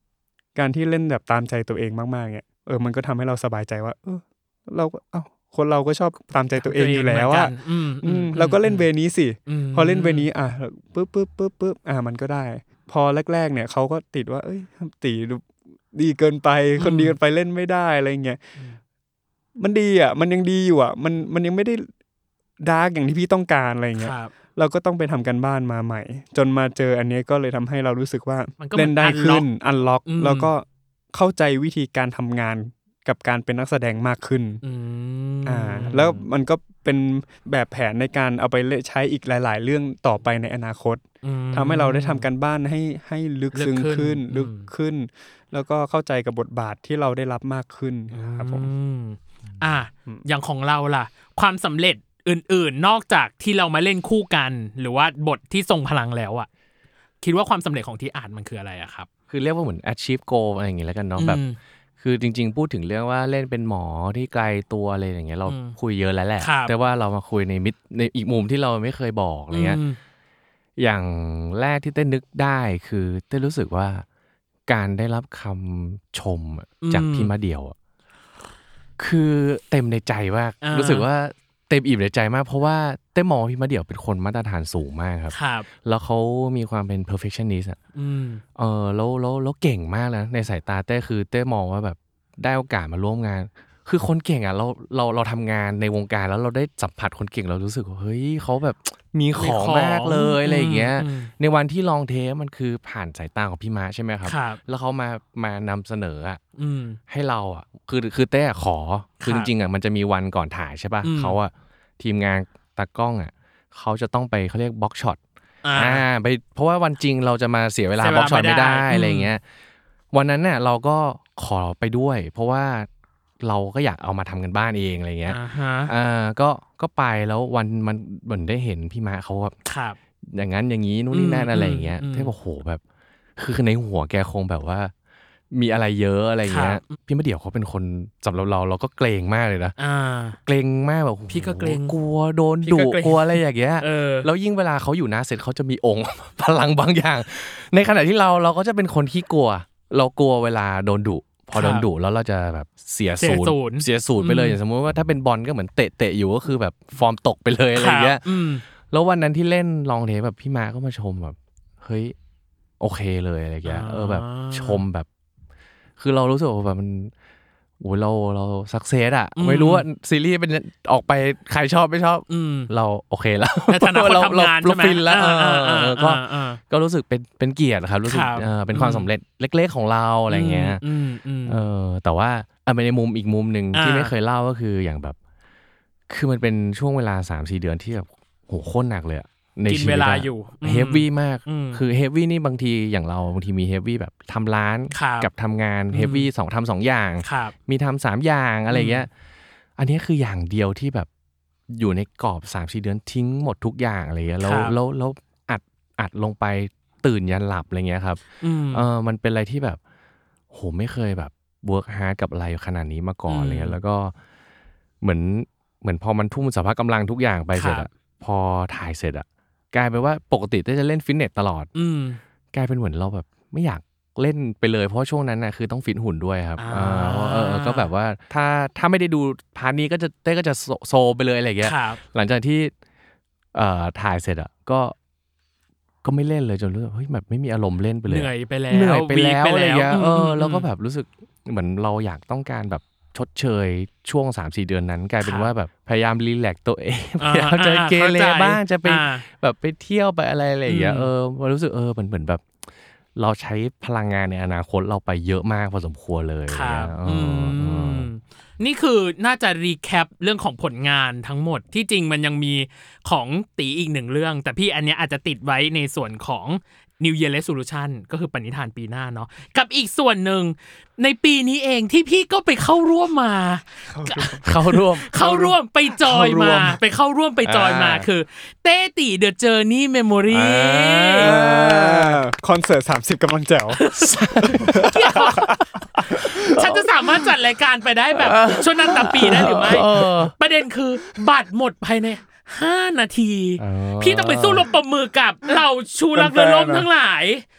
การที่เล่นแบบตามใจตัวเองมากๆเนี่ยเออมันก็ทำให้เราสบายใจว่าเออเราก็เอ้าคนเราก็ชอบตามใจตัวเองอยู่แล้วอ่ะอืมเราก็เล่นเวนี้สิพอเล่นเวนี้อ่ะปึ๊บปึ๊บปึ๊บปึ๊บอ่ะมันก็ได้พอแรกๆเนี่ยเขาก็ติดว่าเอ้ยตีดีเกินไปคนดีเกินไปเล่นไม่ได้อะไรเงี้ยมันดีอ่ะมันยังดีอยู่อ่ะมันมันยังไม่ได้ดาร์กอย่างที่พี่ต้องการอะไรเงี้ยเราก็ต้องไปทำกันบ้านมาใหม่จนมาเจออันนี้ก็เลยทำให้เรารู้สึกว่าเล่นได้ขึ้นอันล็อกแล้วก็เข้าใจวิธีการทำงานกับการเป็นนักแสดงมากขึ้นอ่าแล้วมันก็เป็นแบบแผนในการเอาไปใช้อีกหลายๆเรื่องต่อไปในอนาคตทำให้เราได้ทำกันบ้านให้ให้ลึกซึ้งขึ้นลึกขึ้นแล้วก็เข้าใจกับบทบาทที่เราได้รับมากขึ้นครับผมอ่าอย่างของเราล่ะความสำเร็จอื่นๆนอกจากที่เรามาเล่นคู่กันหรือว่าบทที่ทรงพลังแล้วอ่ะคิดว่าความสำเร็จของที่อ่านมันคืออะไรอะครับคือเรียกว่าเหมือน achieve goal อะไรอย่างงี้แล้วกันเนาะแบบคือจริงๆพูดถึงเรื่องว่าเล่นเป็นหมอที่ไกลตัวอะไรอย่างเงี้ยเราคุยเยอะแล้วแหละแต่ว่าเรามาคุยในมิดในอีกมุมที่เราไม่เคยบอกอะไรเงี้ยอย่างแรกที่เต้นนึกได้คือเต้นรู้สึกว่าการได้รับคำชมจากพี่มะเดี่ยวคือเต็มในใจมากรู้สึกว่าเต็มอิ่มในใจมากเพราะว่าเต้มองพี่มะเดี่ยวเป็นคนมาตรฐานสูงมากครับแล้วเขามีความเป็น perfectionist อ่ะเออแล้วแล้วแล้วเก่งมากนะในสายตาเต้คือเต้มองว่าแบบได้โอกาสมาร่วมงานคือคนเก่งอ่ะเราเราเราทำงานในวงการแล้วเราได้สัมผัสคนเก่งเรารู้สึกว่าเฮ้ยเขาแบบมีของมากเลยอะไรอย่างเงี้ยในวันที่ลองเทสมันคือผ่านสายตาของพี่ม้าใช่ไหมครับแล้วเขามามานำเสนออ่ะให้เราอ่ะคือคือเต้ขอคือจริงๆอ่ะมันจะมีวันก่อนถ่ายใช่ป่ะเขาอ่ะทีมงานตากล้องอ่ะเขาจะต้องไปเขาเรียกบล็อกช็อตอ่าไปเพราะว่าวันจริงเราจะมาเสียเวลาบล็อกช็อตไม่ได้อะไรเงี้ยวันนั้นเนี่ยเราก็ขอไปด้วยเพราะว่าเราก็อยากเอามาทำกันบ้านเองอะไรเงี้ยอ่าก็ก็ไปแล้ววันมันเหมือนได้เห็นพี่ม้าเขาแบบอย่างนั้นอย่างนี้นู่นนี่นั่นอะไรเงี้ยเท่บอกโหแบบคือในหัวแกคงแบบว่ามีอะไรเยอะอะไรเงี้ยพี่มะเดี่ยวเขาเป็นคนสำหรับเราเราก็เกรงมากเลยนะเกรงมากแบบพี่ก็เกรงกลัวโดนดุกลัวอะไรอย่างเงี้ยแล้วยิ่งเวลาเขาอยู่หน้าเซตเขาจะมีองค์พลังบางอย่างในขณะที่เราเราก็จะเป็นคนที่กลัวเรากลัวเวลาโดนดุพอโดนดุแล้วเราจะแบบเสียศูนย์เสียศูนย์ไปเลยอย่างสมมติว่าถ้าเป็นบอลก็เหมือนเตะเตะอยู่ก็คือแบบฟอร์มตกไปเลยอะไรเงี้ยแล้ววันนั้นที่เล่นลองเทปแบบพี่มาก็มาชมแบบเฮ้ยโอเคเลยอะไรเงี้ยเออแบบชมแบบคือเรารู้สึกว่าแบบมันโอ้เราเราสักเซสอ่ะไม่รู้ว่าซีรีส์เป็นออกไปใครชอบไม่ชอบเราโอเคแล้วในฐานะคนทำงานใช่ไหมฟินแล้วก็ก็รู้สึกเป็นเป็นเกียรติครับรู้สึกเป็นความสำเร็จเล็กๆของเราอะไรเงี้ยเออแต่ว่าในมุมอีกมุมหนึ่งที่ไม่เคยเล่าก็คืออย่างแบบคือมันเป็นช่วงเวลา สามสี่ เดือนที่แบบโหโคตรหนักเลยในชีวิตเวลาอยู่เฮฟวี่มากคือเฮฟวี่นี่บางทีอย่างเราบางทีมีเฮฟวี่แบบทำร้านกับทำงานเฮฟวี่สองทำสองอย่างมีทำสามอย่างอะไรเงี้ยอันนี้คืออย่างเดียวที่แบบอยู่ในกรอบ สามสี่ เดือนทิ้งหมดทุกอย่างอะไรเงี้ยแล้วแล้วแล้วอัดอัดลงไปตื่นยันหลับอะไรเงี้ยครับเออมันเป็นอะไรที่แบบโหไม่เคยแบบเวิร์คฮาร์ดกับอะไรขนาดนี้มาก่อนอะไรเงี้ยแล้วก็เหมือนเหมือนพอมันทุ่มสรรพกำลังทุกอย่างไปเสร็จอะพอถ่ายเสร็จอะกลายเป็นว่าปกติเต้จะเล่นฟิตเนสตลอดกลายเป็นเหมือนเราแบบไม่อยากเล่นไปเลยเพราะช่วงนั้นน่ะคือต้องฟิตหุ่นด้วยครับเออเออก็แบบว่าถ้าถ้าไม่ได้ดูพาร์ทนี้ก็จะเต้ก็จะโซไปเลยอะไรอย่างเงี้ยหลังจากที่เอ่อถ่ายเสร็จอ่ะก็ก็ไม่เล่นเลยจนรู้สึกเฮ้ยแบบไม่มีอารมณ์เล่นไปเลยเหนื่อยไปแล้วเหนื่อยไปแล้วอะไรอย่างเงี้ยเออแล้วก็แบบรู้สึกเหมือนเราอยากต้องการแบบชดเชยช่วง สามสี่ เดือนนั้นกลายเป็นว่าแบบพยายามรีแลกซ์ตัวเองพยายามจะเกเรบ้างจะไปแบบไปเที่ยวไปอะไรอะไรอย่างเงี้ยเออรู้สึกเออเหมือนเหมือนแบบเราใช้พลังงานในอนาคตเราไปเยอะมากพอสมควรเลยครับนี่คือน่าจะรีแคปเรื่องของผลงานทั้งหมดที่จริงมันยังมีของตีอีกหนึ่งเรื่องแต่พี่อันเนี้ยอาจจะติดไว้ในส่วนของNew Year Resolution ก็คือปณิธานปีหน้าเนาะกับอีกส่วนหนึ่งในปีนี้เองที่พี่ก็ไปเข้าร่วมมาเข้าร่วมเข้าร่วมไปจอยมาไปเข้าร่วมไปจอยมาคือเต้ตี The Journey Memory คอนเสิร์ตสามสิบกำลังแจ๋วฉันจะสามารถจัดรายการไปได้แบบช่วงนั้นแต่ปีได้หรือไม่ประเด็นคือบัตรหมดภายในห้านาทีพี่ต้องไปสู้รบปรบมือกับเราชูรักเรือล่มทั้งหลาย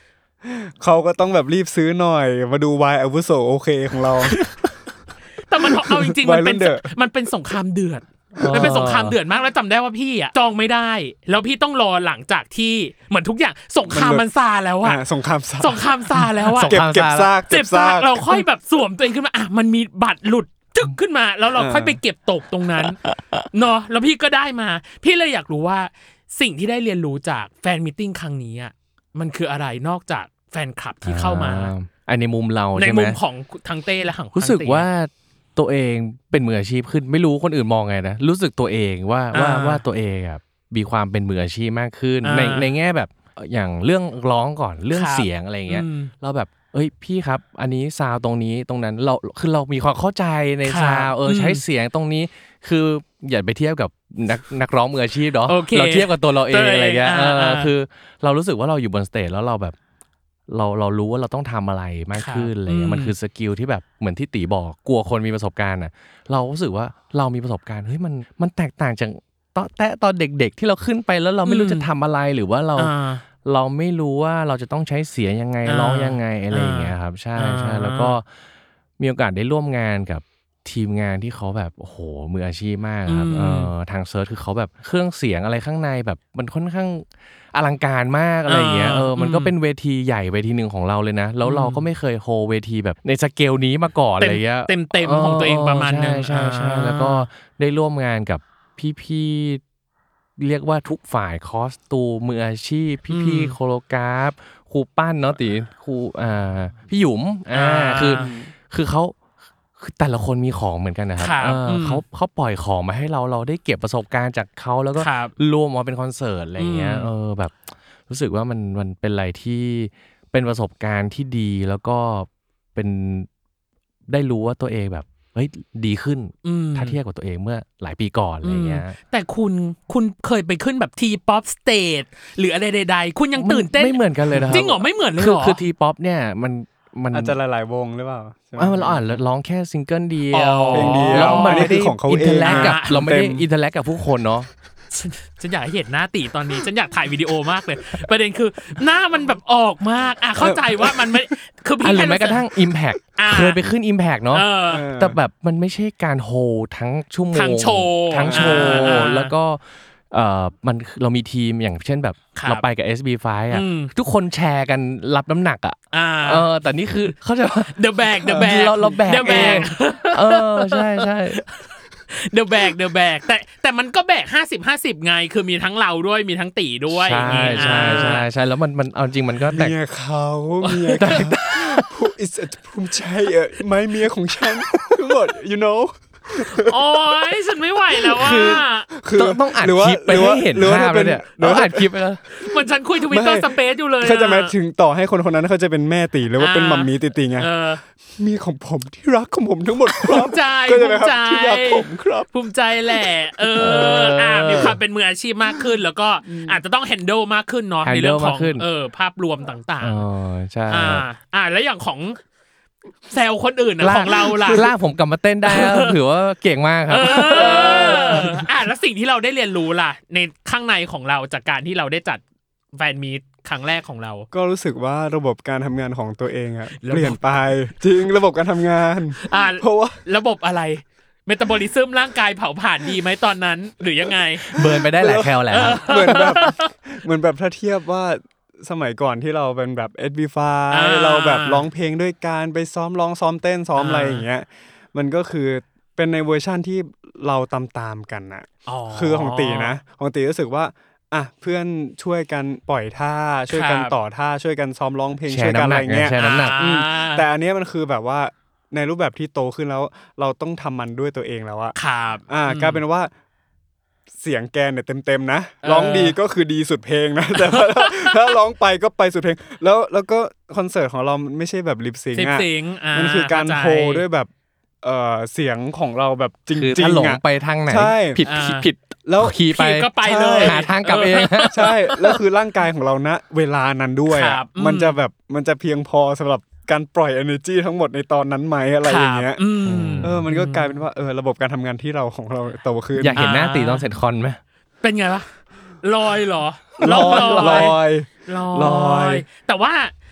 เขาก็ต้องแบบรีบซื้อหน่อยมาดูวายอาวุโสโอเคของเราแต่มันเอาจริงๆมันเป็นมันเป็นสงครามเดือดมันเป็นสงครามเดือดมากแล้วจำได้ว่าพี่อ่ะจองไม่ได้แล้วพี่ต้องรอหลังจากที่เหมือนทุกอย่างสงครามมันซาแล้วอ่ะสงครามซาสงครามซาแล้วอ่ะเก็บเก็บซากเก็บซากเราค่อยแบบสวมตัวเองขึ้นมาอ่ะมันมีบัตรหลุดจึ๊กขึ้นมาแล้วเราค่อยไปเก็บตกตรงนั้นเนาะแล้วพี่ก็ได้มาพี่เลยอยากรู้ว่าสิ่งที่ได้เรียนรู้จากแฟนมีตติ้งครั้งนี้อ่ะมันคืออะไรนอกจากแฟนคลับที่เข้ามาอันในมุมเราใช่ไหมในมุมของทั้งเต้และของรู้สึกว่าตัวเองเป็นมืออาชีพขึ้นไม่รู้คนอื่นมองไงนะรู้สึกตัวเองว่าว่าว่าตัวเองอ่ะมีความเป็นมืออาชีพมากขึ้นในในแง่แบบอย่างเรื่องร้องก่อนเรื่องเสียงอะไรเงี้ยเราแบบเอ้ยพี่ครับอันนี้ซาวตรงนี้ตรงนั้นเราคือเรามีความเข้าใจในซาวเออใช้เสียงตรงนี้คืออย่าไปเทียบกับนักนักร้องมืออาชีพเนาะเราเทียบกับตัวเราเองอะไรเงี้ยเออคือเรารู้สึกว่าเราอยู่บนสเตจแล้วเราแบบเราเรารู้ว่าเราต้องทำอะไรมากขึ้นอะไรเงี้ยมันคือสกิลที่แบบเหมือนที่ตีบอกกลัวคนมีประสบการณ์อ่ะเรารู้สึกว่าเรามีประสบการณ์เฮ้ยมันมันแตกต่างจากตอนแต่ตอนเด็กๆที่เราขึ้นไปแล้วเราไม่รู้จะทำอะไรหรือว่าเราเราไม่รู้ว่าเราจะต้องใช้เสียงยังไงร้องยังไงอะไรอย่างเงี้ยครับใช่ใช่แล้วก็มีโอกาสได้ร่วมงานกับทีมงานที่เขาแบบโอ้โหมืออาชีพมากครับเออทางเซิร์ชคือเขาแบบเครื่องเสียงอะไรข้างในแบบมันค่อนข้างอลังการมากอะไรอย่างเงี้ยเออมันก็เป็นเวทีใหญ่เวทีนึงของเราเลยนะแล้วเราก็ไม่เคยโฮเวทีแบบในสเกลนี้มาก่อนอะไรเงี้ยเต็มๆของตัวเองประมาณนึงใช่ๆแล้วก็ได้ร่วมงานกับพี่ๆเรียกว่าทุกฝ่ายคอสตูมมืออาชีพพี่ๆโคโรกราฟครูปั้นเนาะติครูอ่าพี่หยุมอ่าคือคือเขาคือแต่ละคนมีของเหมือนกันนะครับเออเขาเขาปล่อยของมาให้เราเราได้เก็บประสบการณ์จากเขาแล้วก็รวมมาเป็นคอนเสิร์ตอะไรเงี้ยเออแบบรู้สึกว่ามันมันเป็นอะไรที่เป็นประสบการณ์ที่ดีแล้วก็เป็นได้รู้ว่าตัวเองแบบเฮ้ยดีขึ้นถ้าเทียบกับตัวเองเมื่อหลายปีก่อนอะไรเงี้ยแต่คุณคุณเคยไปขึ้นแบบทีป๊อปสเตจหรืออะไรใดๆคุณยังตื่นเต้นไม่เหมือนกันเลยนะครับจริงเหรอไม่เหมือนเลยหรอคือทีป๊อปเนี่ยมันมันอาจจะหลายๆวงหรือเปล่าอ่าเราอ่านร้องแค่ซิงเกิลเดียวแล้วมันไม่ได้อินเทอร์แลกกับเราไม่ได้อินเทอร์แลกกับผู้คนเนาะฉันอยากเห็นหน้าตีตอนนี้ฉันอยากถ่ายวิดีโอมากเลยประเด็นคือหน้ามันแบบออกมากอ่ะเข้าใจว่ามันไม่คือพี่แค่แม้กระทั่ง Impact เคยไปขึ้น Impact เนาะแต่แบบมันไม่ใช่การโฮทั้งชั่วโมงทั้งโชว์ทั้งโชว์แล้วก็เอ่อมันเรามีทีมอย่างเช่นแบบเราไปกับ เอส บี ไฟว์ อ่ะทุกคนแชร์กันรับน้ำหนักอ่ะเออแต่นี่คือเขาจะว่า The bag The bag เราเราแบกเองเออใช่ๆเดอะแบกเดอะแบกแต่แต่มันก็แบกห้าสิบ ห้าสิบไงคือมีทั้งเราด้วยมีทั้งตีด้วยใช่ใช่ใช่ใช่แล้วมันมันเอาจริงมันก็แตกเมียเขาเมียเขาผู้อิสระภูมิใจเอ่อไม่เมียของฉันทั้งหมด you know โอ๊ยฉันไม่ไหวแล้วอ่ะคือต้องอัดคลิปไปให้เห็นภาพแล้วเนี่ยต้องอัดคลิปไปแล้วเหมือนฉันคุย Twitter Space อยู่เลยเขาจะมาถึงต่อให้คนคนนั้นเขาจะเป็นแม่ตีหรือว่าเป็นมัมมี่ตีๆไงเมียของผมที่รักของผมทั้งหมดครับภูมิใจภูมิใจที่รักผมครับภูมิใจแหละเอออ่ามีความเป็นมืออาชีพมากขึ้นแล้วก็อาจจะต้อง handle มากขึ้นเนาะในเรื่องของเออภาพรวมต่างๆอ๋อใช่อ่าอ่าแล้วอย่างของแซวคนอื่นนะของเราล่ะลากผมกลับมาเต้นได้ถือว่าเก่งมากครับอ่าแล้วสิ่งที่เราได้เรียนรู้ล่ะในข้างในของเราจากการที่เราได้จัดแฟนมีตครั้งแรกของเราก็รู้สึกว่าระบบการทำงานของตัวเองอะเปลี่ยนไปจริงระบบการทำงานเพราะว่าระบบอะไรเมตาบอลิซึมร่างกายเผาผ่านดีไหมตอนนั้นหรือยังไงเบิร์นไปได้หลายแคลแหละเหมือนแบบเหมือนแบบถ้าเทียบว่าสมัยก่อนที่เราเป็นแบบ เอส บี ไฟว์ เราแบบร้องเพลงด้วยกันไปซ้อมร้องซ้อมเต้นซ้อมอะไรอย่างเงี้ยมันก็คือเป็นในเวอร์ชั่นที่เราตามๆกันน่ะคือของตีนะของตีรู้สึกว่าอ่ะเพื่อนช่วยกันปล่อยท่าช่วยกันต่อท่าช่วยกันซ้อมร้องเพลงช่วยกันอะไรเงี้ยแต่อันนี้มันคือแบบว่าในรูปแบบที่โตขึ้นแล้วเราต้องทำมันด้วยตัวเองแล้วอะครับอ่ากลายเป็นว่าเสียงแกเนี่ยเต็มๆนะร้องดีก็คือดีสุดเพลงนะแต่ถ้าร้องไปก็ไปสุดเพลงแล้วแล้วก็คอนเสิร์ตของเราไม่ใช่แบบลิปซิงค์อ่ะมันคือการโฮด้วยแบบเอ่อเสียงของเราแบบจริงๆถ้าหลงไปทางไหนผิดผิดแล้วขี่ไปก็ไปเลยหาทางกลับเองใช่แล้วคือร่างกายของเราณเวลานั้นด้วยมันจะแบบมันจะเพียงพอสำหรับการปล่อย energy ทั้งหมดในตอนนั้นไหมอะไรอย่างเงี้ยเออมันก็กลายเป็นว่าเออระบบการทำงานที่เราของเราโตขึ้นอยากเห็นหน้าตีตอนเสร็จคอนไหมเป็นไงวะลอยเหรอลอยลอยลอยแต่ว่า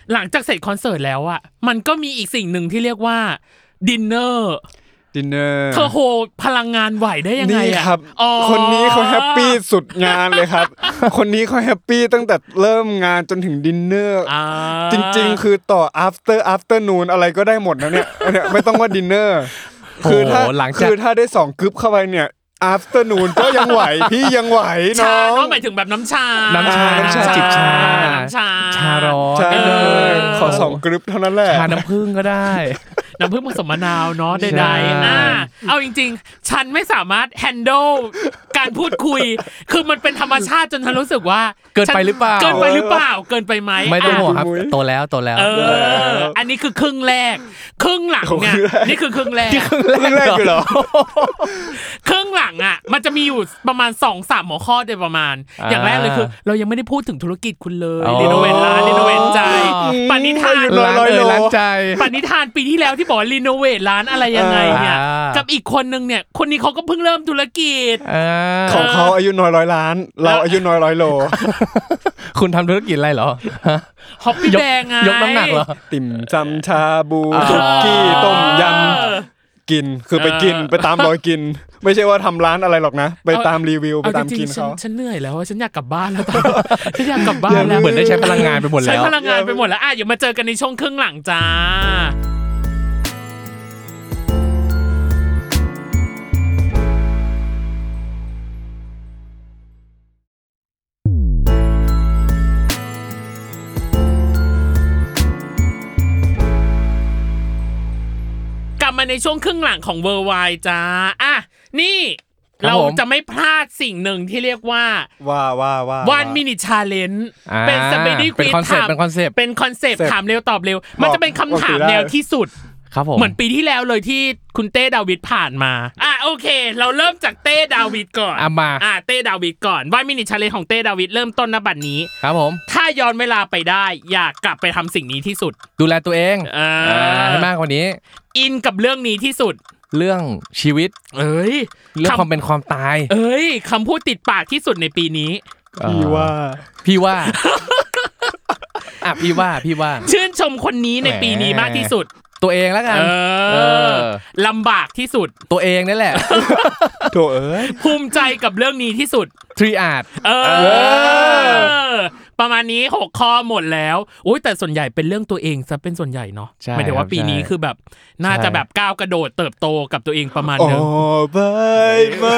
หลังจากเสร็จคอนเสิร์ตแล้วอ่ะมันก็มีอีกสิ่งหนึ่งที่เรียกว่าดินเนอร์ดินเนอร์เธอโหพลังงานไหวได้ยังไงอ่ะนี่ครับคนนี้เขาแฮปปี้สุดงานเลยครับ คนนี้เขาแฮปปี้ตั้งแต่เริ่มงานจนถึงดินเนอร์จริงๆคือต่อ after afternoon อะไรก็ได้หมดนะเนี่ยเนี่ยไม่ต้องว่าดินเนอร์คือถ้าคือถ้าได้สองกึ๊บเข้าไปเนี่ยafternoon ก็ยังไหวพี่ยังไหวน้องน้องหมายถึงแบบน้ำชาน้ำชาน้ำชาจิบชาน้ำชาชาร้อนใช่เลยขอสองกรึ๊บเท่านั้นแหละชาน้ำผึ้งก็ได้น้ำผึ้งผสมมะนาวเนาะใดๆอ่าเอาจริงๆฉันไม่สามารถ handle การพูดคุยคือมันเป็นธรรมชาติจนฉันรู้สึกว่าเกินไปหรือเปล่าเกินไปหรือเปล่าเกินไปไหมไม่ต้องห่วงครับโตแล้วโตแล้วเอออันนี้คือครึ่งแรกครึ่งหลังเนี่ยนี่คือครึ่งแรกครึ่งแรกคือเหรอครึ่งหลังอ่ะมันจะมีอยู่ประมาณ สองสาม หัวข้อโดยประมาณอย่างแรกเลยคือเรายังไม่ได้พูดถึงธุรกิจคุณเลยรีโนเวทร้านรีโนเวทใจปณิธานร้านเอ่ยร้านใจปณิธานปีที่แล้วที่บอกรีโนเวทร้านอะไรยังไงเนี่ยกับอีกคนนึงเนี่ยคนนี้เขาก็เพิ่งเริ่มธุรกิจของเขาอายุน้อยร้อยล้านเราอายุน้อยร้อยโลคุณทำธุรกิจอะไรเหรอฮอปปี้แบงไงยกน้ำหนักเหรอติ่มซำชาบูสุกี้ต้มยำกินคือไปกินไปตามรอยกินไม่ใช่ว่าทำร้านอะไรหรอกนะไปตามรีวิวไปตามกินเขาฉันเหนื่อยแล้วฉันอยากกลับบ้านแล้วฉันอยากกลับบ้านแล้วเหมือนได้ใช้พลังงานไปหมดแล้วใช้พลังงานไปหมดแล้วอ่ะเดี๋ยวมาเจอกันในช่วงครึ่งหลังจ้ากลับมาในช่วงครึ่งหลังของ Worldwide จ้าอ่ะนี่เราจะไม่พลาดสิ่งหนึ่งที่เรียกว่าว่าว่าว่า one minute challenge เป็น Speedy Quiz ถามเป็นคอนเซปต์เป็นคอนเซปต์ถามเร็วตอบเร็วมันจะเป็นคำถามแนวที่สุดครับผมเหมือนปีที่แล้วเลยที่คุณเต้ดาวิดผ่านมาอ่ะโอเคเราเริ่มจากเต้ดาวิดก่อนอ่ะมาอ่ะเต้ดาวิดก่อนone minute challenge ของเต้ดาวิดเริ่มต้นณบัดนี้ครับผมถ้าย้อนเวลาไปได้อยากกลับไปทำสิ่งนี้ที่สุดดูแลตัวเองอ่าให้มากกว่านี้อินกับเรื่องนี้ที่สุดเรื่องชีวิตเอ้ยเรื่องความเป็นความตายเอ้ยคำพูดติดปากที่สุดในปีนี้พี่ว่าพี่ว่าอ่ะพี่ว่าพี่ว่าชื่นชมคนนี้ในปีนี้มากที่สุดตัวเองแล้วกันเออลำบากที่สุดตัวเองนั่นแหละโถเอ้ยภูมิใจกับเรื่องนี้ที่สุดทรีอาร์ตเออประมาณนี้หกข้อหมดแล้วโอ้ยแต่ส่วนใหญ่เป็นเรื่องตัวเองซะเป็นส่วนใหญ่เนาะหมายถึงว่าปีนี้คือแบบน่าจะแบบก้าวกระโดดเติบโตกับตัวเองประมาณนึง All by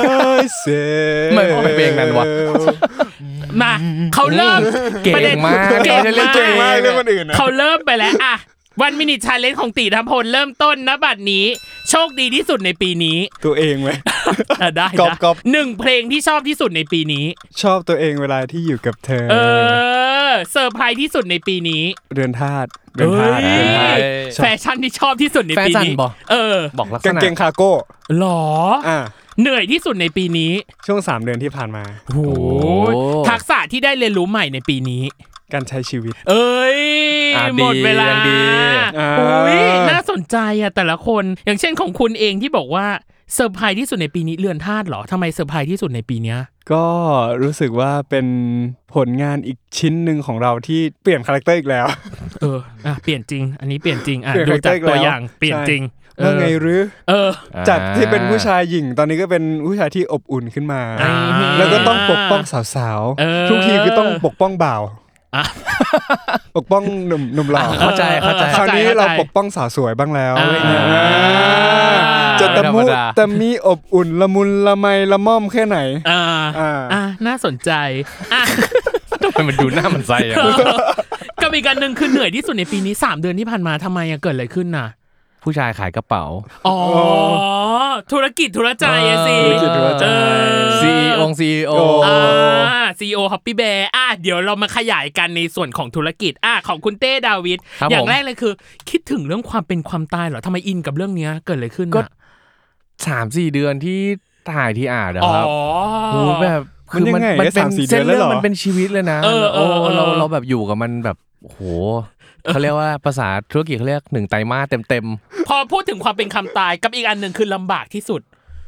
myself ไม่ไม่เพลงนั้นวะมาเขาเริ่มเก่งมากเก่งมากเก่งมากเรื่องคนอื่นเขาเริ่มไปแล้วอะวันมินิชาเลนจ์ของตีธพลเริ่มต้นณบัดนี้โชคดีที่สุดในปีนี้ตัวเองไหมได้นะหนึ่งเพลงที่ชอบที่สุดในปีนี้ชอบตัวเองเวลาที่อยู่กับเธอเออเซอร์ไพรส์ที่สุดในปีนี้เรือนธาตุเรือนธาตุแฟชั่นที่ชอบที่สุดในปีนี้เออบอกลักษณะกางเกงคาร์โก้หรออ่าเหนื่อยที่สุดในปีนี้ช่วงสามเดือนที่ผ่านมาโอ้ทักษะที่ได้เรียนรู้ใหม่ในปีนี้การใช้ชีวิตเอ้ยหมดเวลาอุ้ยน่าสนใจอ่ะแต่ละคนอย่างเช่นของคุณเองที่บอกว่าเซอร์ไพรส์ที่สุดในปีนี้เรือนธาตุเหรอทำไมเซอร์ไพรส์ที่สุดในปีนี้ก็รู้สึกว่าเป็นผลงานอีกชิ้นหนึ่งของเราที่เปลี่ยนคาแรคเตอร์อีกแล้วเอออ่ะเปลี่ยนจริงอันนี้เปลี่ยนจริงอ่ะดูจากตัวอย่างเปลี่ยนจริงว่าไงหรือเออจากที่เป็นผู้ชายหญิงตอนนี้ก็เป็นผู้ชายที่อบอุ่นขึ้นมาแล้วก็ต้องปกป้องสาวๆทุกทีคือต้องปกป้องบ่าวปกป้องหนุ่มหนุ่มหล่อเข้าใจเข้าใจคราวนี้เราปกป้องสาวสวยบ้างแล้วจะตะมุตะมีอบอุ่นละมุนละไมละม่อมแค่ไหนอ่าอ่าน่าสนใจอ่ะทำไมมันดูหน้ามันไส้อ่ะก็มีการนึงคือเหนื่อยที่สุดในปีนี้สามเดือนที่ผ่านมาทำไมเกิดอะไรขึ้นน่ะผู้ชายขายกระเป๋าอ๋อธุรกิจธุรใจอ่ะสิธุรกิจธุรใจซี อี โอ ซี อี โออ่า ซี อี โอ Happy Bear อ่ะเดี๋ยวเรามาขยายกันในส่วนของธุรกิจอ่ะของคุณเต้ดาวิดอย่างแรกเลยคือคิดถึงเรื่องความเป็นความตายเหรอทำไมอินกับเรื่องนี้เกิดอะไรขึ้นก็ สามสี่ เดือนที่ถ่ายที่อ่านนะครับโหแบบคือมันมันเป็นเส้นเรื่องมันเป็นชีวิตเลยนะโอ้เราเราแบบอยู่กับมันแบบโหเขาเรียกว่าภาษาธุรกิจเขาเรียกหนึ่งไตรมาสเต็มๆพอพูดถึงความเป็นคำตายกับอีกอันนึงคือลำบากที่สุด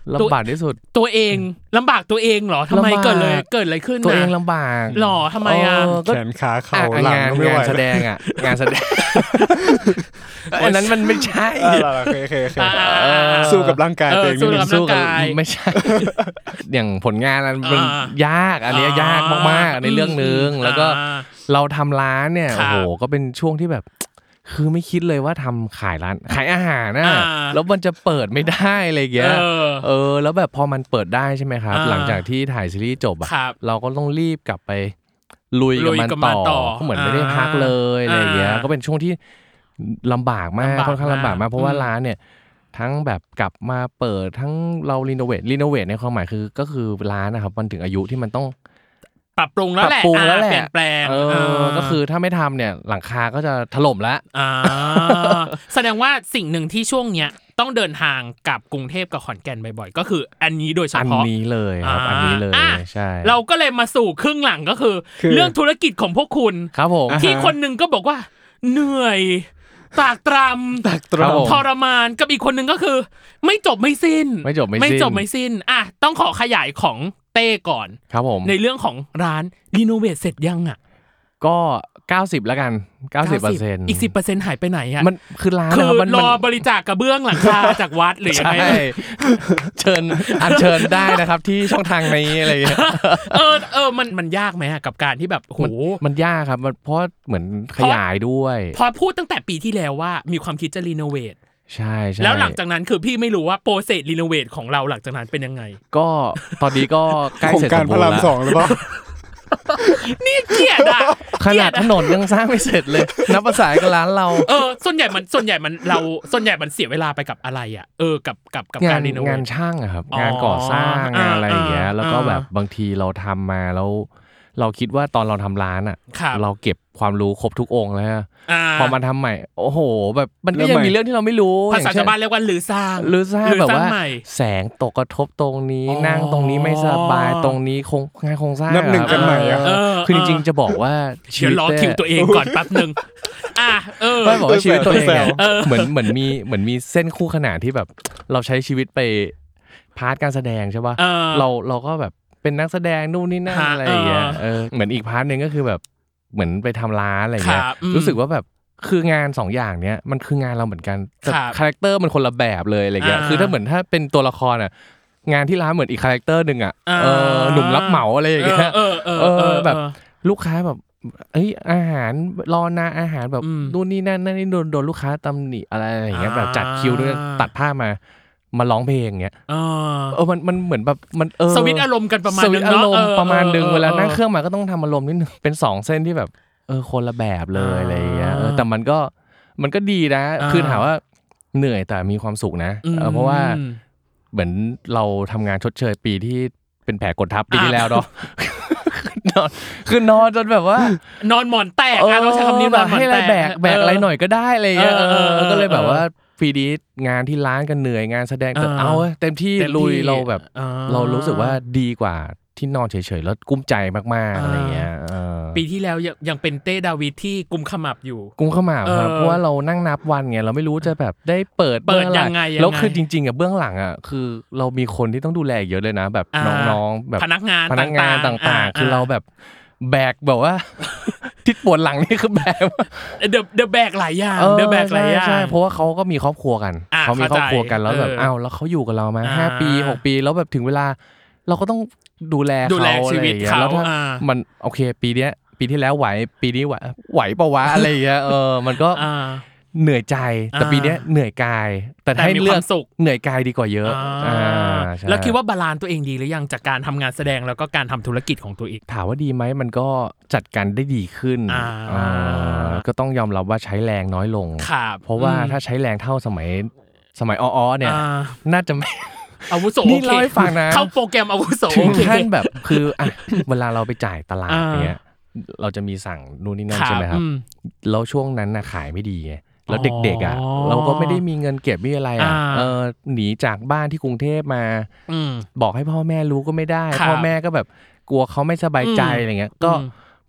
ลำบากที่สุดตัวเองลำบากตัวเองเหรอทำไมเกิดเลยเกิดอะไรขึ้นตัวเองลำบากหรอทำไมอ่ะแขนขาเข่าหลังไม่ไหวงานแสดงอ่ะงานแสดงอันนั้นมันไม่ใช่โอเคโอเคโอเคสู้กับร่างกายตัวเองสู้กับไม่ใช่อย่างผลงานมันยากอันนี้ยากมากๆในเรื่องนึงแล้วก็เราทำร้านเนี่ยโอ้โหก็เป็นช่วงที่แบบคือไม่คิดเลยว่าทำขายร้านขายอาหารนะแล้วมันจะเปิดไม่ได้อะไรเงี้ยเออแล้วแบบพอมันเปิดได้ใช่ไหมครับหลังจากที่ถ่ายซีรีส์จบอ่ะเราก็ต้องรีบกลับไปลุยกับมันต่อก็เหมือนไม่ได้พักเลยอะไรเงี้ยก็เป็นช่วงที่ลำบากมากค่อนข้างลำบากมากเพราะว่าร้านเนี่ยทั้งแบบกลับมาเปิดทั้งเรารีโนเวทรีโนเวทในความหมายคือก็คือร้านนะครับมันถึงอายุที่มันต้องปรับปรุงแล้วแหละเปลี่ยนแปลงเออก็คือถ้าไม่ทำเนี่ยหลังคาก็จะถล่มแล้วอ่าแสดงว่าสิ่งหนึ่งที่ช่วงเนี้ยต้องเดินทางกับกรุงเทพกับขอนแก่นบ่อยๆก็คืออันนี้โดยเฉพาะอันนี้เลยครับอันนี้เลยใช่เราก็เลยมาสู่ครึ่งหลังก็คือเรื่องธุรกิจของพวกคุณครับผมที่คนนึงก็บอกว่าเหนื่อยตากตรำตากตรำทรมานกับอีกคนนึงก็คือไม่จบไม่สิ้นไม่จบไม่สิ้นไม่จบไม่สิ้นอ่ะต้องขอขยายของเต้ก่อนครับผมในเรื่องของร้านรีโนเวทเสร็จยังอ่ะก็เก้าสิบแล้วกัน เก้าสิบเปอร์เซ็นต์อีก สิบเปอร์เซ็นต์ หายไปไหนอ่ะมันคือร้านคือมันรอบริจาคกระเบื้องหลังคาจากวัดหรือยังไงเชิญอัญเชิญได้นะครับที่ช่องทางนี้อะไรอย่างเงี้ยเออเออมันมันยากมั้ยกับการที่แบบโหมันยากครับเพราะเหมือนขยายด้วยพอพูดตั้งแต่ปีที่แล้วว่ามีความคิดจะรีโนเวทใช่ๆแล้วหลังจากนั้นคือพี่ไม่รู้ว่าโปรเซสรีโนเวทของเราหลังจากนั้นเป็นยังไงก็ตอนนี้ก็ใกล้เสร็จสมบูรณ์แล้วโครงการพระรามสองหรือเปล่านี่เกลียดอ่ะขนาดถนนยังสร้างไม่เสร็จเลยนับภาษากับร้านเราเออส่วนใหญ่มันส่วนใหญ่มันเราส่วนใหญ่มันเสียเวลาไปกับอะไรอ่ะเออกับกับกับการรีโนเวทงานช่างอะครับงานก่อสร้างงานอะไรอย่างเงี้ยแล้วก็แบบบางทีเราทำมาแล้วเราคิดว่าตอนเราทำร้านอ่ะเราเก็บความรู้ครบทุกองค์แล้วพอมาทำใหม่โอ้โหแบบมันก็ยังมีเรื่องที่เราไม่รู้ภาษาชาวบ้านเรียกว่าลือสร้างลือสร้างแบบว่าแสงตกกระทบตรงนี้นั่งตรงนี้ไม่สบายตรงนี้คงงานโครงสร้างนับหนึ่งกันใหม่อ่ะคือจริงๆจะบอกว่าเดี๋ยวรอคิวตัวเองก่อนแป๊บนึงอ่ะเออไม่บอกว่าชีวิตตัวเองเหมือนเหมือนมีเหมือนมีเส้นคู่ขนานที่แบบเราใช้ชีวิตไปพาร์ทการแสดงใช่ป่ะเราเราก็แบบเป็นนักแสดงนู่นนี่นั่นอะไรอย่างเงี้ยเออเหมือนอีกพาร์ทนึงก็คือแบบเหมือนไปทำร้านอะไรเงี้ยรู้สึกว่าแบบคืองานสองอย่างเนี้ยมันคืองานเราเหมือนกันแต่คาแรคเตอร์มันคนละแบบเลยอะไรเงี้ยคือถ้าเหมือนถ้าเป็นตัวละครอ่ะงานที่ร้านเหมือนอีกคาแรคเตอร์นึงอ่ะเออหนุ่มรับเหมาอะไรอย่างเงี้ยเออแบบลูกค้าแบบเอ้ยอาหารรอนานอาหารแบบนู่นนี่นั่นนั่นนี่โดนโดนลูกค้าตำหนิอะไรอย่างเงี้ยแบบจัดคิวด้วยตัดผ้ามามาร้องเพลงอย่างเงี้ยเออมันมันเหมือนแบบมันเออสวิตช์อารมณ์กันประมาณนึงเนาะสวิตช์อารมณ์ประมาณนึงเวลานั่งเครื่องมาก็ต้องทำอารมณ์นิดนึงเป็นสองเส้นที่แบบเออคนละแบบเลยอะไรอย่างเงี้ยแต่มันก็มันก็ดีนะคือถามว่าเหนื่อยแต่มีความสุขนะเพราะว่าเหมือนเราทำงานชดเชยปีที่เป็นแผลกดทับปีที่แล้วเนาะนอนคือนอนจนแบบว่านอนหมอนแตกอ่ะต้องใช้คำนี้นอนหมอนแตกแบกแบกอะไรหน่อยก็ได้อะไรอย่างเงี้ยก็เลยแบบว่าปีนี้งานที่ร้านกันเหนื่อยงานแสดงแต่เอาเต็มที่ลุยเราแบบเรารู้สึกว่าดีกว่าที่นอนเฉยๆแล้วกุ้มใจมากๆอะไรเงี้ยปีที่แล้วยังเป็นเต้ดาวิดที่กุมขมับอยู่กุมขมับครับเพราะว่าเรานั่งนับวันไงเราไม่รู้จะแบบได้เปิดเปิดยังไงแล้วคือจริงๆอ่ะเบื้องหลังอ่ะคือเรามีคนที่ต้องดูแลเยอะเลยนะแบบน้องๆแบบพนักงานพนักงานต่างๆคือเราแบบแบกแบบว่าทิศปวดหลังนี่คือแบกเดอะเดอะแบกหลายอย่างเดอะแบกหลายอย่างใช่เพราะว่าเขาก็มีครอบครัวกันเขามีครอบครัวกันแล้วแบบอ้าวแล้วเขาอยู่กับเรามาห้าปีหกปีแล้วแบบถึงเวลาเราก็ต้องดูแลเขาอะไรอย่างเงี้ยแล้วถ้ามันโอเคปีเนี้ยปีที่แล้วไหวปีนี้ไหวไหวปะวะอะไรอย่างเงี้ยเออมันก็เหนื่อยใจแต่ปีนี้เหนื่อยกายแต่ให้เลือกเหนื่อยกายดีกว่าเยอะแล้วคิดว่าบาลานซ์ตัวเองดีหรือยังจากการทำงานแสดงแล้วก็การทำธุรกิจของตัวเองถามว่าดีไหมมันก็จัดการได้ดีขึ้นก็ต้องยอมรับว่าใช้แรงน้อยลงเพราะว่าถ้าใช้แรงเท่าสมัยสมัยอ้อๆเนี่ยน่าจะไม่อาวุโสนี่เล่าให้ฟังนะเข้าโปรแกรมอาวุโสถึงขั้นแบบคืออ่ะเวลาเราไปจ่ายตลาดเงี้ยเราจะมีสั่งนู่นนี่นั่นใช่ไหมครับแล้วช่วงนั้นน่ะขายไม่ดีไงแล้วเด็กๆอ่ะเราก็ไม่ได้มีเงินเก็บไม่อะไรอ่ะเออหนีจากบ้านที่กรุงเทพมาบอกให้พ่อแม่รู้ก็ไม่ได้พ่อแม่ก็แบบกลัวเขาไม่สบายใจอะไรเงี้ยก็พ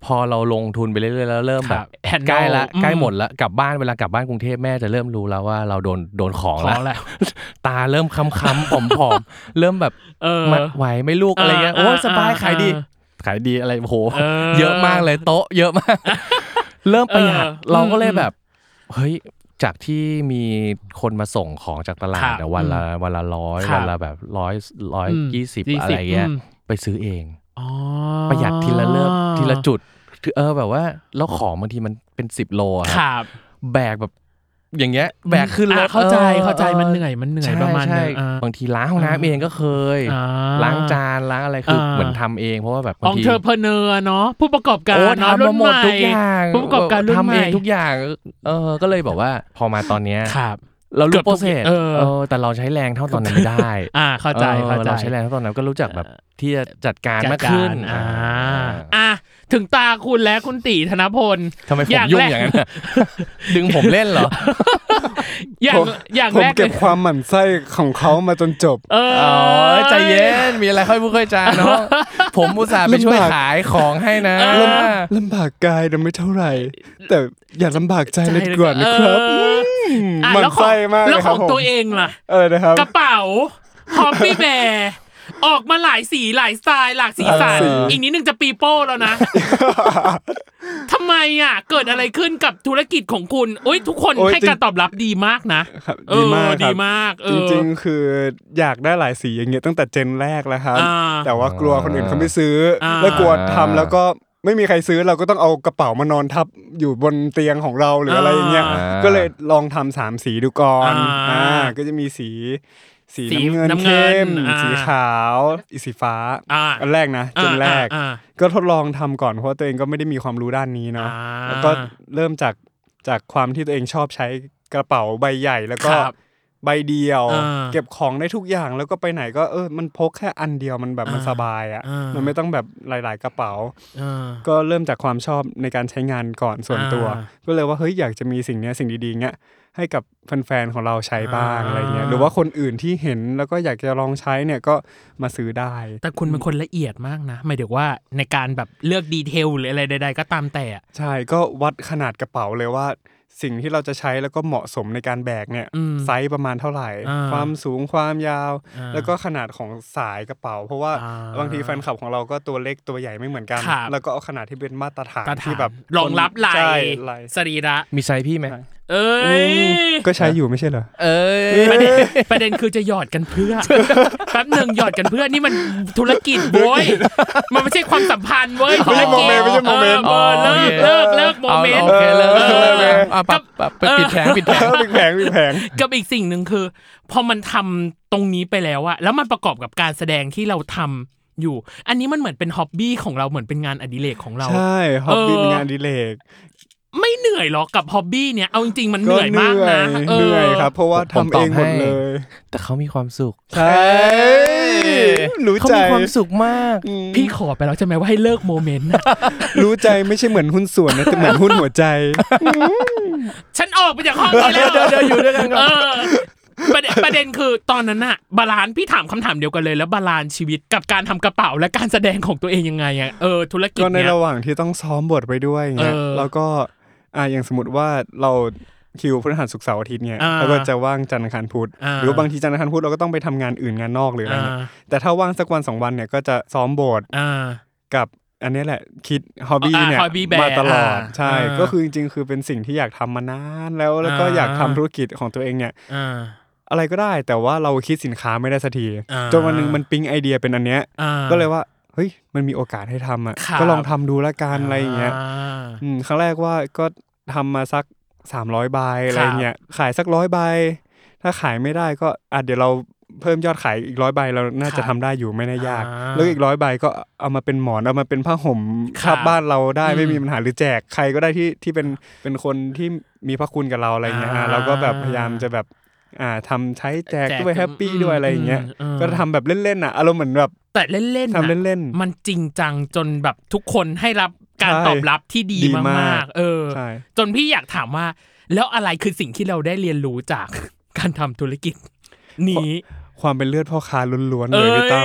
พอเราลงทุนไปเรื่อยๆแล้วเริ่มแบบ handle ใกล้ละอืมใกล้หมดละกลับบ้านเวลากลับบ้านกรุงเทพแม่จะเริ่มรู้แล้วว่าเราโดนโดนของขอแล้งวแล้วตาเริ่มค้ำๆผอมๆเริ่มแบบเออมาไหวไหม่ลูกอะไรเงี้ยเออโอ้ยสบายเออขายดีเออขายดีอะไรโอ้โหเออเยอะมากเลยโต๊ะเยอะมาก เริ่มประหยัดเออเราก็เลยอืมแบบเฮ้ยจากที่มีคนมาส่งของจากตลาครัดบอะวันละวันละร้อยครับวันละแบบร้อยร้อยอืมยี่สิบยี่สิบอะไรเงี้ยอืมไปซื้อเองอ๋อประหยัดทีละเริ่มทีละจุดคือเออแบบว่าแล้วของบางทีมันเป็นสิบโลอะคครับรับแบกแบบอย่างเงี้ยแบกขึ้นรถอ่ะเข้าใจออเข้าใจออมันเหนื่อยมันเหนื่อยใช่ประมาณนึงใช่อ่าบางทีล้างห้องน้ำเองก็เคยอ่าล้างจานล้างอะไรคืออา เหมือนทำเองเพราะว่าแบบอบาอง งทีเทอร์เพเนอร์เนาะผู้ประกอบการโอ้เนาะทำรุ่มาน หมใหดม่ทุกอย่างผู้ประกอบการรุ่นทำใหเอม่งทุกอย่างเออก็เลยบอกว่าพอมาตอนเนี้ยครับเราเกืรู้อบโปทุรกเซสเออเออแต่เราใช้แรงเท่าตอนนั้นไม่ได้อ่าเข้าใจออเข้าใจเราใช้แรงเท่าตอนนั้นก็รู้จักแบบที่จะจัดการมากขึ้นจัดการอ่าอ่ะถึงตาคุณแล้วคุณตีธนพลทำไมผมยุ่งอย่างนั้นน่ะดึงผมเล่นเหรออย่างผมอย่างผมแรกเก็บลยความหมั่นไส้ของเขามาจนจบเอออ๋อใจเย็นมีอะไรค่อยพูดค่อยจาเนาะผมอุตส่าห์ไปช่วยลำบากขายของให้นะเออลำบากกายแต่ไม่เท่าไหร่ แต่อย่าลำบากใจเลยดีกว่านะครับเอออ่ะหมั่นแล้วของไส้มากเลแล้วยขครัอบ งผมตัวเองล่ะเออนะครับกระเป๋าฮอปปี้แบร์ออกมาหลายสีหลายสไตล์หลากสีสันหลากสีอีกนิดนึงจะปีโป้แล้วนะ ทำไมอ่ะเกิดอะไรขึ้นกับธุรกิจของคุณโอ้ยทุกคนโอ้ยให้จริงการตอบรับดีมากนะครับ เอดีอมากครับดีมากเอจอริงๆ คืออยากได้หลายสีอย่างเงี้ยตั้งแต่เจนแรกแล้วครับอ่าแต่ว่ากลัวคนอื่นเขาไม่ซื้ออา แล้วกลัวทำแล้วก็ไม่มีใครซื้อเราก็ต้องเอากระเป๋ามานอนทับอยู่บนเตียงของเราหรืออะไรอย่างเงี้ยอ่าก็เลยลองทำสามสีดูก่อนอ่าอ่าก็จะมีสีสีสีน้ำเงินน้ำเงิเข้นมอ่าสีขาวอีสีฟ้าอ่าอันแรกนะเจนแรกอ่าอ่าก็ทดลองทำก่อนเพราะว่าตัวเองก็ไม่ได้มีความรู้ด้านนี้เนาะอ่าแล้วก็เริ่มจากจากความที่ตัวเองชอบใช้กระเป๋าใบใหญ่แล้วก็ครับใบเดียวอ่าเก็บของได้ทุกอย่างแล้วก็ไปไหนก็เออมันพกแค่อันเดียวมันแบบมันอ่าสบายอ่ะอ่ามัมันไม่ต้องแบบหลาย ๆ กระเป๋าอ่าก็เริ่มจากความชอบในการใช้งานก่อนส่วนตัวอ่าก็เลยว่าเฮ้ยอยากจะมีสิ่งเนี้ยสิ่งดีๆเงี้ยให้กับแฟนๆของเราใช้บ้างอ่าอะไรเงี้ยหรือว่าคนอื่นที่เห็นแล้วก็อยากจะลองใช้เนี่ยก็มาซื้อได้แต่คุณเป็นคนละเอียดมากนะหมายถึงว่าในการแบบเลือกดีเทลหรืออะไรใดๆก็ตามแต่อะใช่ก็วัดขนาดกระเป๋าเลยว่าสิ่งที่เราจะใช้แล้วก็เหมาะสมในการแบกเนี่ยอืมไซส์ประมาณเท่าไหร่อ่าความสูงความยาวอ่าแล้วก็ขนาดของสายกระเป๋า เพราะว่าอ่าบางทีแฟนคลับของเราก็ตัวเล็กตัวใหญ่ไม่เหมือนกันครับแล้วก็เอาขนาดที่เป็นมาตรฐานตาถาที่แบบรองรับไหลใช่ไหลสรีระมีไซส์พี่ไหมเอ้ยก็ใช้อยู่ไม่ใช่เหรอเอ้ยประเด็นประเด็นคือจะหยอดกันเพื่อ แป๊บหนึ่งหยอดกันเพื่อนี่มันธุรกิจเว้ยมันไม่ใช่ความสัมพันธ์เว้ยธุรกิจไม่ใช่โมเมนต์เออเออเลิกเลิกเลิกโมเมนต์โอเคเลิกเลิกเลิกเอออ่ะปับปับปิดแผงปิดแผงปิดแผงปิดแผงกับอีกสิ่งหนึ่งคือพอมันทำตรงนี้ไปแล้วอะแล้วมันประกอบกับการแสดงที่เราทำอยู่ อันนี้มันเหมือนเป็นฮ็อบบี้ของเราเหมือนเป็นงานอดิเรกของเราใช่ฮอบบี้เออเป็นงานอดิเรกไม่เหนื่อยหรอกกับฮ็อบบี้เนี่ยเอาจริงๆมันเหก็นื่อยเหมากนื่อยนะเหนื่อยครับ เพราะว่าผมทำเองหมดตอบให้เลยแต่เขามีความสุขใช่รู้เขาใจมีความสุขมากพี่ขอไปแล้วใช่ไหมว่าให้เลิกโมเมนต์รู้ใจไม่ใช่เหมือนหุ้นส่วนนะแต่เหมือนหุ้นหัวใจฉันออกไปจากห้องนี้แล้วเดี๋ยวเดี๋ยวอยู่ด้วยกันก่อนเออประเด็นประเด็นคือตอนนั้นอะบาลานซ์พี่ถามคำถามเดียวกันเลยแล้วบาลานซ์ชีวิตกับการทำกระเป๋าและการแสดงของตัวเองยังไงอะเออธุรกิจก็ในเนี้ยระหว่างที่ต้องซ้อมบทไปด้วยเงี้ยเออแล้วก็อ่าอย่างสมมติว่าเราคิวพฤหัสศุกร์เสาร์อาทิตย์เนี่ยอ่าแล้วก็จะว่างจันทร์อังคารพุธอ่าหรือว่าบางทีจันทร์อังคารพุธเราก็ต้องไปทำงานอื่นงานนอกหรืออะไรเงี้ยอ่าแต่ถ้าว่างสักวันสองวันเนี่ยก็จะซ้อมบทอ่ากับอันนี้แหละคิดฮอบบี้อ่าเนี่ย hobby bear มาตลอดอ่าใช่อ่าก็คือจริงๆคือเป็นสิ่งที่อยากทำมานานแล้วแล้วก็อ่าอยากทำธุรกิจของตัวเองเนี่ยอ่าอะไรก็ได้แต่ว่าเราคิดสินค้าไม่ได้สักทีอ่าจนวันหนึงมันปิ๊งไอเดียเป็นอันเนี้ยอ่าก็เลยว่าเฮ้ยมันมีโอกาสให้ทำอ่ะครับก็ลองทำดูละกันอะไรอย่างเงี้ย อืมครั้งแรกว่าก็ทำมาสักสามร้อยใบอะไรเงี้ยขายสักร้อยใบถ้าขายไม่ได้ก็อ่ะเดี๋ยวเราเพิ่มยอดขายอีกร้อยใบเราน่าจะทำได้อยู่ไม่น่ายากอ่าแล้วอีกร้อยใบก็เอามาเป็นหมอนเอามาเป็นผ้าห่มครับทับบ้านเราได้อืมไม่มีปัญหาหรือแจกใครก็ได้ที่ที่เป็นเป็นคนที่มีพระคุณกับเราอะไรเงี้ยอ่าอ่ะเราก็แบบพยายามจะแบบอ่าทำใช้แจกแจกด้วยแฮปปี้อืมด้วยอะไรอย่างเงี้ยอืมก็ทำแบบเล่นๆอ่ะอารมณ์เหมือนแบบแต่เล่นๆทำน่ะเล่นๆมันจริงจังจนแบบทุกคนให้รับการใช่ตอบรับที่ดีดีมากมากๆเออใช่จนพี่อยากถามว่า แล้วอะไรคือสิ่งที่เราได้เรียนรู้จาก การทำธุรกิจนี้ความเป็นเลือดพ่อค้าล้วนๆเลเอ้ยพี่ตั้มย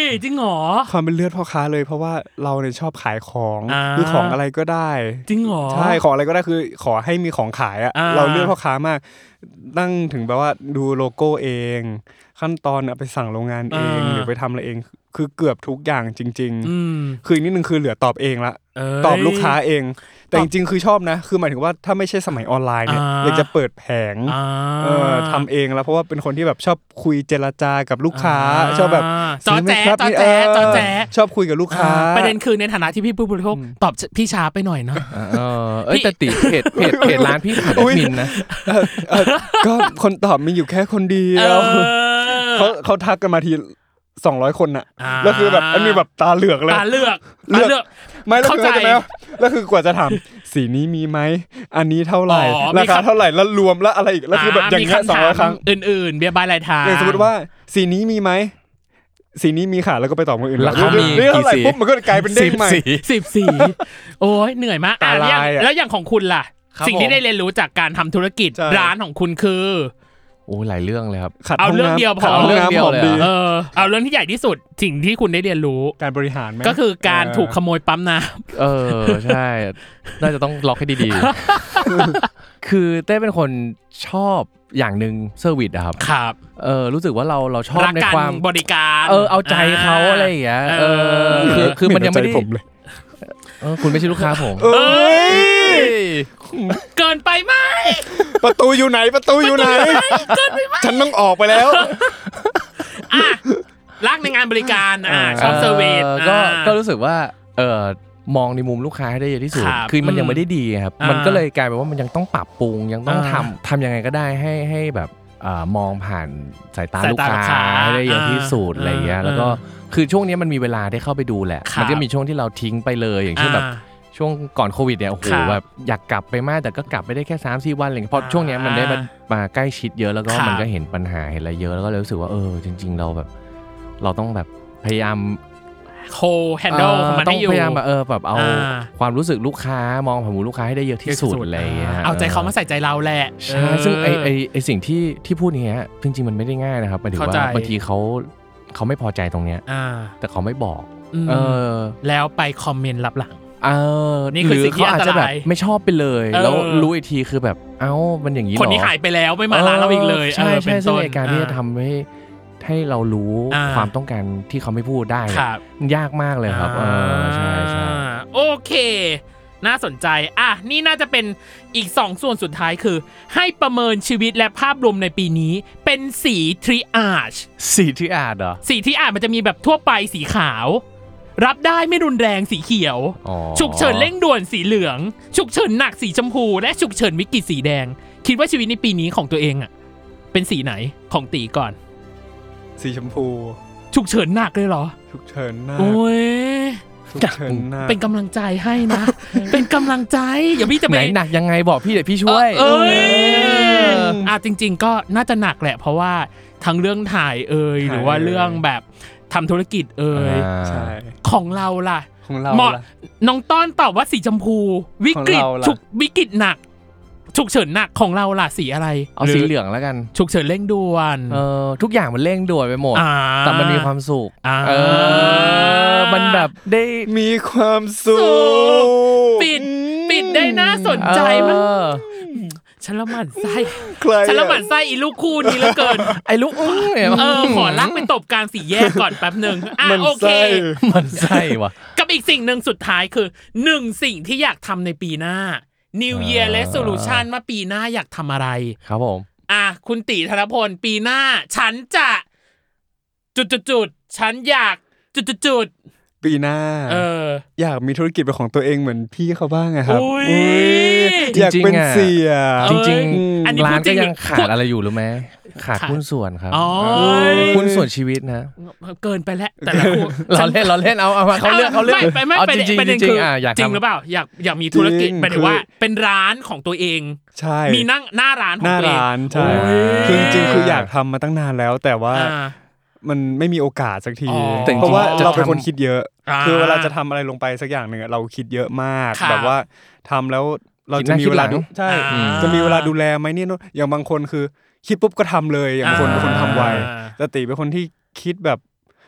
จริงเหรอความเป็นเลือดพ่อค้าเลยเพราะว่าเราเนี่ยชอบขายของคือของอะไรก็ได้จริงเหรอใช่ของอะไรก็ได้คือขอให้มีของขายอ่ะเราเลือดพ่อค้ามากนั่งถึงแบบว่าดูโลโก้เองขั้นตอนไปสั่งโรงงานเองหรือไปทำอะไรเองคือเกือบทุกอย่างจริงๆคืออีกนิดนึงคือเหลือตอบเองละตอบลูกค้าเองแต่จริงๆคือชอบนะคือหมายถึงว่าถ้าไม่ใช่สมัยออนไลน์เนี่ยอยากจะเปิดแผงเออทำเองแล้วเพราะว่าเป็นคนที่แบบชอบคุยเจรจากับลูกค้าชอบแบบจอแจ๊จอแจ๊จอแจ๊ชอบคุยกับลูกค้าประเด็นคือในฐานะที่พี่ผู้บริโภคตอบพี่ช้าไปหน่อยเนาะเออเอ้ยแต่ติเพจเพจเพจร้านพี่ผ่านแอดมินนะก็คนตอบมีอยู่แค่คนเดียวเขาเขาทักกันมาทีสองร้อยคนน่ะแล้วคือแบบอันนี้แบบตาเหลือกเลยตาเลือกตาเลือกไม่แล้วคือแล้วแล้วคือกว่าจะถามสีนี้มีไหมอันนี้เท่าไหร่ราคาเท่าไหร่แล้วรวมแล้วอะไรอีกแล้วคือแบบอย่างเงี้ยสองร้อยครั้งอื่นๆเบียร์บายรายทางอย่างสมมติว่าสีนี้มีไหมสีนี้มีค่ะแล้วก็ไปตอบคนอื่นแล้วเขามีกี่สีปุ๊บมันก็กลายเป็นเด้งใหม่สิบสีโอ้ยเหนื่อยมากอ่ะแล้วอย่างของคุณล่ะสิ่งที่ได้เรียนรู้จากการทำธุรกิจร้านของคุณคือโอ้หลายเรื่องเลยครับเอาเรื่องเดียวพอเอาเรื่องเดียวเลยเออเอาเรื่องที่ใหญ่ที่สุดสิ่งที่คุณได้เรียนรู้การบริหารมั้ยก็คือการถูกขโมยปั๊มน้ำเออใช่น่าจะต้องล็อกให้ดีๆคือเต้เป็นคนชอบอย่างนึงเซอร์วิสครับครับเออรู้สึกว่าเราเราชอบในความบริการเออเอาใจเขาอะไรอย่างเงี้ยเออคือคือมันยังไม่ได้ผมเลยเออคุณไม่ใช่ลูกค้าผมเอ้ยเกินไปไหมประตูอยู่ไหนประตูอยู่ไหนเกินไปไหมฉันต้องออกไปแล้วอ่ะรักในงานบริการอ่ะชอบเซอร์วิสก็ก็รู้สึกว่าเออมองในมุมลูกค้าให้ได้เยอะที่สุดคือมันยังไม่ได้ดีครับมันก็เลยกลายเป็นว่ามันยังต้องปรับปรุงยังต้องทำทำยังไงก็ได้ให้ให้แบบมองผ่านสายตาลูกค้าให้ได้เยอะที่สุดอะไรเงี้ยแล้วก็คือช่วงนี้มันมีเวลาได้เข้าไปดูแหละมันก็มีช่วงที่เราทิ้งไปเลยอย่างเช่นแบบช่วงก่อนโควิดเนี่ยโอ้โหแบบอยากกลับไปมากแต่ก็กลับไปได้แค่ สามสี่ วันอะไรเงี้ยเพราะช่วงนี้มันได้มาใกล้ชิดเยอะแล้วก็มันก็เห็นปัญหาเห็นอะไรเยอะแล้วก็เลยรู้สึกว่าเออจริงๆเราแบบเราต้องแบบพยายามโคแฮนด์ลมันให้อยู่ต้องพยายามแบบเออแบบเอาความรู้สึกลูกค้ามองผ่านหูลูกค้าให้ได้เยอะที่สุดอะไรเงี้ยเอาใจเขามาใส่ใจเราแหละใช่ซึ่งไอไอไอสิ่งที่ที่พูดอย่างเงี้ยจริงๆมันไม่ได้ง่ายนะครับหมายถึงว่าบางทีเขาเขาไม่พอใจตรงเนี้ยแต่เขาไม่บอกเออแล้วไปคอมเมนต์รับหลังเออนี่คือสิ่งที่อาจจะแบบไม่ชอบไปเลยแล้วรู้อีกทีคือแบบเอ้ามันอย่างนี้หรอคนนี้หายไปแล้วไม่มาร้านเราอีกเลยใช่ใช่ซึ่งในการที่จะทำให้ให้เรารู้ความต้องการที่เขาไม่พูดได้มันยากมากเลยครับเออใช่ใช่โอเคน่าสนใจอ่ะนี่น่าจะเป็นอีกสองส่วนสุดท้ายคือให้ประเมินชีวิตและภาพรวมในปีนี้เป็นสีทริอาจสีทริอาจเหรอสีทริอาจมันจะมีแบบทั่วไปสีขาวรับได้ไม่รุนแรงสีเขียวฉุกเฉินเร่งด่วนสีเหลืองฉุกเฉินหนักสีชมพูและฉุกเฉินวิกฤตสีแดงคิดว่าชีวิตในปีนี้ของตัวเองอ่ะเป็นสีไหนของตีก่อนสีชมพูฉุกเฉินหนักเลยเหรอฉุกเฉินหนักโอ้ยฉุกเฉินหนักเป็นกำลังใจให้นะเป็นกำลังใจเดี๋ยวพี่จะไปไหนหนักยังไงบอกพี่เดี๋ยวพี่ช่วยเอ้ยอ่ะจริงๆก็น่าจะหนักแหละเพราะว่าทั้งเรื่องถ่ายเอ่ยหรือว่าเรื่องแบบทำธุรกิจเอ่ยของเราล่ะของเราล่ะน้องต้อนตอบว่าสีชมพูวิกฤตฉุกวิกฤตหนักฉุกเฉินหนักของเราล่ะสีอะไรเอาสีเหลืองแล้วกันฉุกเฉินเร่งด่วนเออทุกอย่างมันเร่งด่วนไปหมดแต่มันมีความสุขเออมันแบบได้มีความสุขปิดปิดได้น่าสนใจมันฉันละหมั่นไส้ฉันละหมั่นไส้อีลูกคู่นี้เหลือเกินไอ้ลูกอื้อเนี่ยเออขอลักไปตบกลางสี่แยกก่อนแป๊บนึงอ่ะโอเคมันไส้ว่ะกับอีกสิ่งนึงสุดท้ายคือหนึ่งสิ่งที่อยากทำในปีหน้าNew Year Resolution ว่าปีหน้าอยากทำอะไรครับผมอ่ะคุณตีธนพลปีหน้าฉันจะจุดๆๆฉันอยากจุดๆปีหน้าเอออยากมีธุรกิจเป็นของตัวเองเหมือนพี่เขาบ้างอะครับอยากเป็นเสียจริงๆร้านก็ยังขาดอะไรอยู่รู้ไหมขาดหุ้นส่วนครับหุ้นส่วนชีวิตนะเกินไปแล้วแต่ละคู่เราเล่นเราเล่นเอาเอามาเขาเลือกเขาเลือกไม่ไม่ไม่จริงจริงอ่ะอยากจริงหรือเปล่าอยากอยากมีธุรกิจหมายถึงว่าเป็นร้านของตัวเองใช่มีนั่งหน้าร้านของตัวเองหน้าร้านใช่คือจริงๆคืออยากทำมาตั้งนานแล้วแต่ว่ามันไม่มีโอกาสสักทีเพราะว่าเราเป็นคนคิดเยอะคือเวลาจะทำอะไรลงไปสักอย่างนึงเราคิดเยอะมากแบบว่าทำแล้วเราจะมีเวลาใช่จะมีเวลาดูแลไหมเนี่ยอย่างบางคนคือคิดปุ๊บก็ทำเลยอย่างบางคนเป็นคนทำไวแต่ตีเป็นคนที่คิดแบบ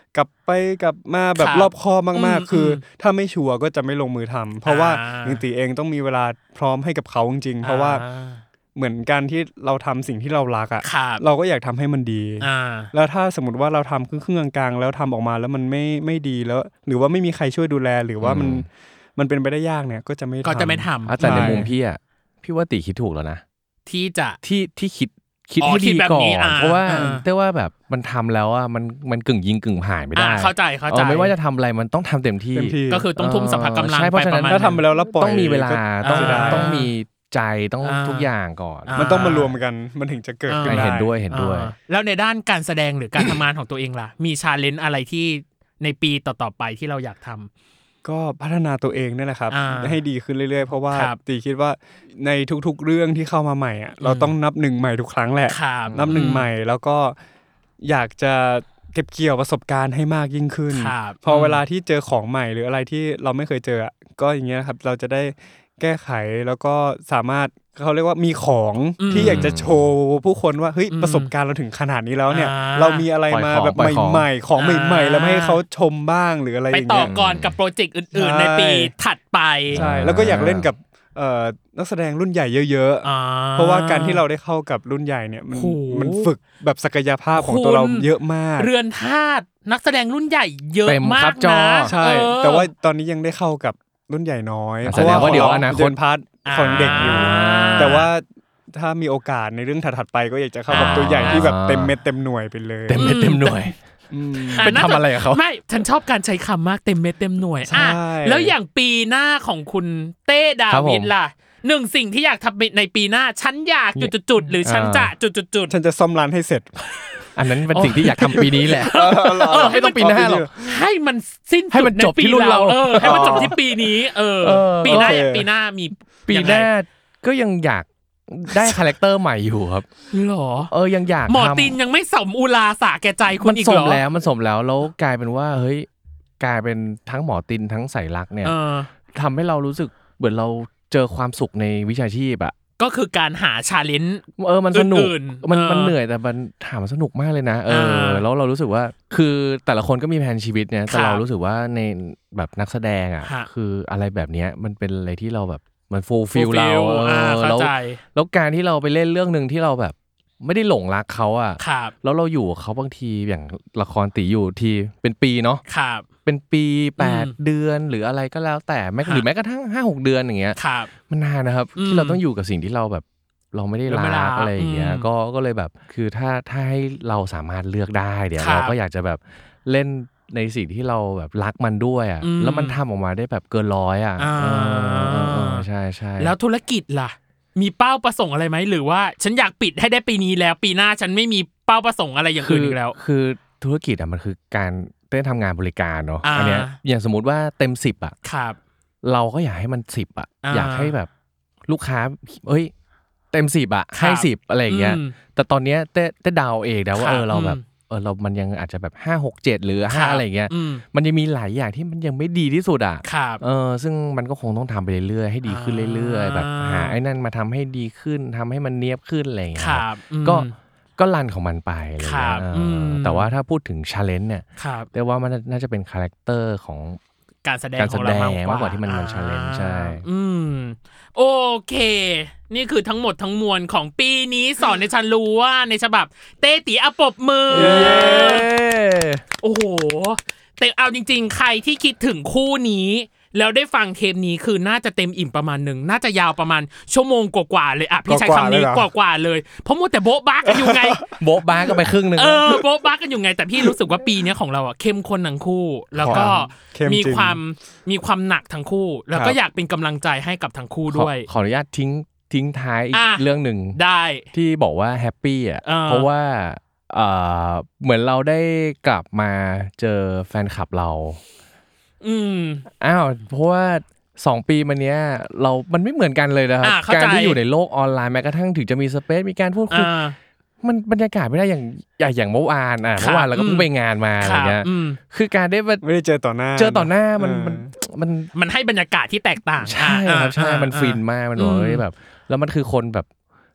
กลับไปกลับมาแบบรอบคอบมากๆคือถ้าไม่ชัวร์ก็จะไม่ลงมือทำเพราะว่าจริงๆเองต้องมีเวลาพร้อมให้กับเขาจริงๆเพราะว่าเหมือนการที่เราทำสิ่งที่เรารักอ่ะเราก็อยากทำให้มันดีแล้วถ้าสมมติว่าเราทำครึ่งๆกลางๆแล้วทำออกมาแล้วมันไม่ไม่ดีแล้วหรือว่าไม่มีใครช่วยดูแลหรือว่ามันมันเป็นไปได้ยากเนี่ยก็จะไม่ก็จะไม่ทำแต่ในมุมพี่อ่ะพี่ว่าติคิดถูกแล้วนะที่จะที่ที่คิดคิดให้ดีก่อนเพราะว่าแต่ว่าแบบมันทำแล้วอ่ะมันมันกึ่งยิงกึ่งผ่านไม่ได้เข้าใจเข้าใจไม่ว่าจะทำอะไรมันต้องทำเต็มที่ก็คือต้องทุ่มสรรพกำลังไปประมาณถ้าทำไปแล้วแล้วปล่อยต้องมีเวลาต้องต้องมีใจต้องทุกอย่างก่อนมันต้องมารวมกันมันถึงจะเกิดขึ้นได้เห็นด้วยเห็นด้วยแล้วในด้านการแสดงหรือการทำงานของตัวเองล่ะมีชาเลนจ์อะไรที่ในปีต่อๆไปที่เราอยากทำก็พัฒนาตัวเองนี่แหละครับให้ดีขึ้นเรื่อยๆเพราะว่าตีคิดว่าในทุกๆเรื่องที่เข้ามาใหม่อ่ะเราต้องนับหนึ่งใหม่ทุกครั้งแหละนับหนึ่งใหม่แล้วก็อยากจะเก็บเกี่ยวประสบการณ์ให้มากยิ่งขึ้นพอเวลาที่เจอของใหม่หรืออะไรที่เราไม่เคยเจอก็อย่างเงี้ยครับเราจะได้แก้ไขแล้วก็สามารถเขาเรียกว่ามีของที่อยากจะโชว์ผู้คนว่าเฮ้ยประสบการณ์เราถึงขนาดนี้แล้วเนี่ยเรามีอะไรมาแบบใหม่ๆของใหม่ๆแล้วให้เขาชมบ้างหรืออะไรอย่างเงี้ยไปต่อก่อนกับโปรเจกต์อื่นๆในปีถัดไปใช่แล้วก็อยากเล่นกับเอ่อนักแสดงรุ่นใหญ่เยอะๆเพราะว่าการที่เราได้เข้ากับรุ่นใหญ่เนี่ยมันมันฝึกแบบศักยภาพของตัวเราเยอะมากเรือนธาตุนักแสดงรุ่นใหญ่เยอะมากนะใช่แต่ว่าตอนนี้ยังได้เข้ากับรุ่นใหญ่น้อยเพราะว่าเดี๋ยวอนาคตพาร์ทของเด็กอยู่แต่ว่าถ้ามีโอกาสในเรื่องถัดๆไปก็อยากจะเข้ากับตัวใหญ่ที่แบบเต็มเม็ดเต็มหน่วยไปเลยเต็มเม็ดเต็มหน่วยเป็นทำอะไรกับเขาไม่ฉันชอบการใช้คำมากเต็มเม็ดเต็มหน่วยอ่ะแล้วอย่างปีหน้าของคุณเต้ดาวิดล่ะหนึ่งสิ่งที่อยากทำในปีหน้าฉันอยากจุดๆหรือฉันจะจุดๆฉันจะซ่อมร้านให้เสร็จอันนั้นเป็นสิ่งที่อยากทำปีนี้แหละไม่ต้องปีหน้าหรอกให้มันสิ้นให้มันจบที่รุ่นเราเออให้มันจบที่ปีนี้เออปีหน้าปีหน้ามีปีหน้าก็ยังอยากได้คาแรคเตอร์ใหม่อยู่ครับหรอเออยังอยากหมอตินยังไม่สมอุลาสาแก่ใจคุณอีกเหรอมันสมแล้วมันสมแล้วแล้วกลายเป็นว่าเฮ้ยกลายเป็นทั้งหมอตินทั้งไสลักษณ์เนี่ยทำให้เรารู้สึกเหมือนเราเจอความสุขในวิชาชีพอะก็คือการหาชาเลนจ์เออมันสนุกมันมันเหนื่อยแต่มันถามมันสนุกมากเลยนะเออแล้วเรารู้สึกว่าคือแต่ละคนก็มีแผนชีวิตเนี่ยแต่เรารู้สึกว่าในแบบนักแสดงอ่ะคืออะไรแบบนี้มันเป็นอะไรที่เราแบบมันฟูลฟิลเราเออแล้วแล้วการที่เราไปเล่นเรื่องนึงที่เราแบบไม่ได้หลงรักเขาอ่ะแล้วเราอยู่กับเขาบางทีอย่างละครตีอยู่ทีเป็นปีเนาะเป็นปีแปดเดือนหรืออะไรก็แล้วแต่แม้หรือแม้กระทั่ง ห้าหก เดือนอย่างเงี้ยมันนานนะครับที่เราต้องอยู่กับสิ่งที่เราแบบเราไม่ได้รักอะไรอย่างเงี้ยก็ก็เลยแบบคือถ้าถ้าให้เราสามารถเลือกได้เดี๋ยวเราก็อยากจะแบบเล่นในสิ่งที่เราแบบรักมันด้วยอ่ะแล้วมันทำออกมาได้แบบเกินร้อยอ่ะใช่ใช่แล้วธุรกิจล่ะมีเป้าประสงค์อะไรไหมหรือว่าฉันอยากปิดให้ได้ปีนี้แล้วปีหน้าฉันไม่มีเป้าประสงค์อะไรอย่างอื่นอีกแล้วคือธุรกิจอ่ะมันคือการเต้นทำงานบริการเนาะอันเนี้ยอย่างสมมุติว่าเต็มสิบอ่ะเราก็อยากให้มันสิบอ่ะอยากให้แบบลูกค้าเอ้ยเต็มสิบอ่ะให้สิบอะไรอย่างเงี้ยแต่ตอนเนี้ยเต้เต้ดาวเองนะว่าเออเราแบบเออเรามันยังอาจจะแบบห้า หก เจ็ดหรือห้าอะไรอย่างเงี้ยมันยังมีหลายอย่างที่มันยังไม่ดีที่สุดอ่ะเออซึ่งมันก็คงต้องทำไปเรื่อยๆให้ดีขึ้นเรื่อยๆแบบหาไอ้นั่นมาทำให้ดีขึ้นทำให้มันเนียบขึ้นอะไรอย่างเงี้ยก็ก็รันของมันไปเลยแต่ว่าถ้าพูดถึง challenge เนี่ยแต่ว่ามันน่าจะเป็นคาแรคเตอร์ของการแสดงของเรามากกว่าที่มันมัน challenge ใช่อืมโอเคนี่คือทั้งหมดทั้งมวลของปีนี้สอนในฉันรู้ว่าในฉบับเต้ตีอะปบมือโอ้โหแต่เอาจริงๆใครที่คิดถึงคู่นี้แล้วได้ฟังเทปนี้คือน่าจะเต็มอิ่มประมาณนึงน่าจะยาวประมาณชั่วโมงกว่าๆเลยอ่ะพี่ใช้คำนี้กว่าๆเลยเพราะมัวแต่โบ๊ะบ้ากันอยู่ไงโบ๊ะบ้าก็ไปครึ่งนึงเออโบ๊ะบ้ากันอยู่ไงแต่พี่รู้สึกว่าปีนี้ของเราอ่ะเข้มข้นทั้งคู่แล้วก็มีความมีความหนักทั้งคู่แล้วก็อยากเป็นกำลังใจให้กับทั้งคู่ด้วยขออนุญาตทิ้งทิ้งท้ายอีกเรื่องนึงได้ที่บอกว่าแฮปปี้อ่ะเพราะว่าเอ่อเหมือนเราได้กลับมาเจอแฟนคลับเราอืมอ้าวเพราะว่าสองปีมาเนี้ยเรามันไม่เหมือนกันเลยนะครับการที่อยู่ในโลกออนไลน์แม้กระทั่งถึงจะมีสเปซมีการพูดคุยมันบรรยากาศไม่ได้อย่างอย่างเมื่อวานอ่ะเมื่อวานเราก็เพิ่งไปงานมาอะไรเงี้ยคือการได้ไม่ได้เจอต่อหน้าเจอต่อหน้ามันมันมันมันให้บรรยากาศที่แตกต่างใช่ครับใช่มันฟินมากมันบอกว่าแบบแล้วมันคือคนแบบ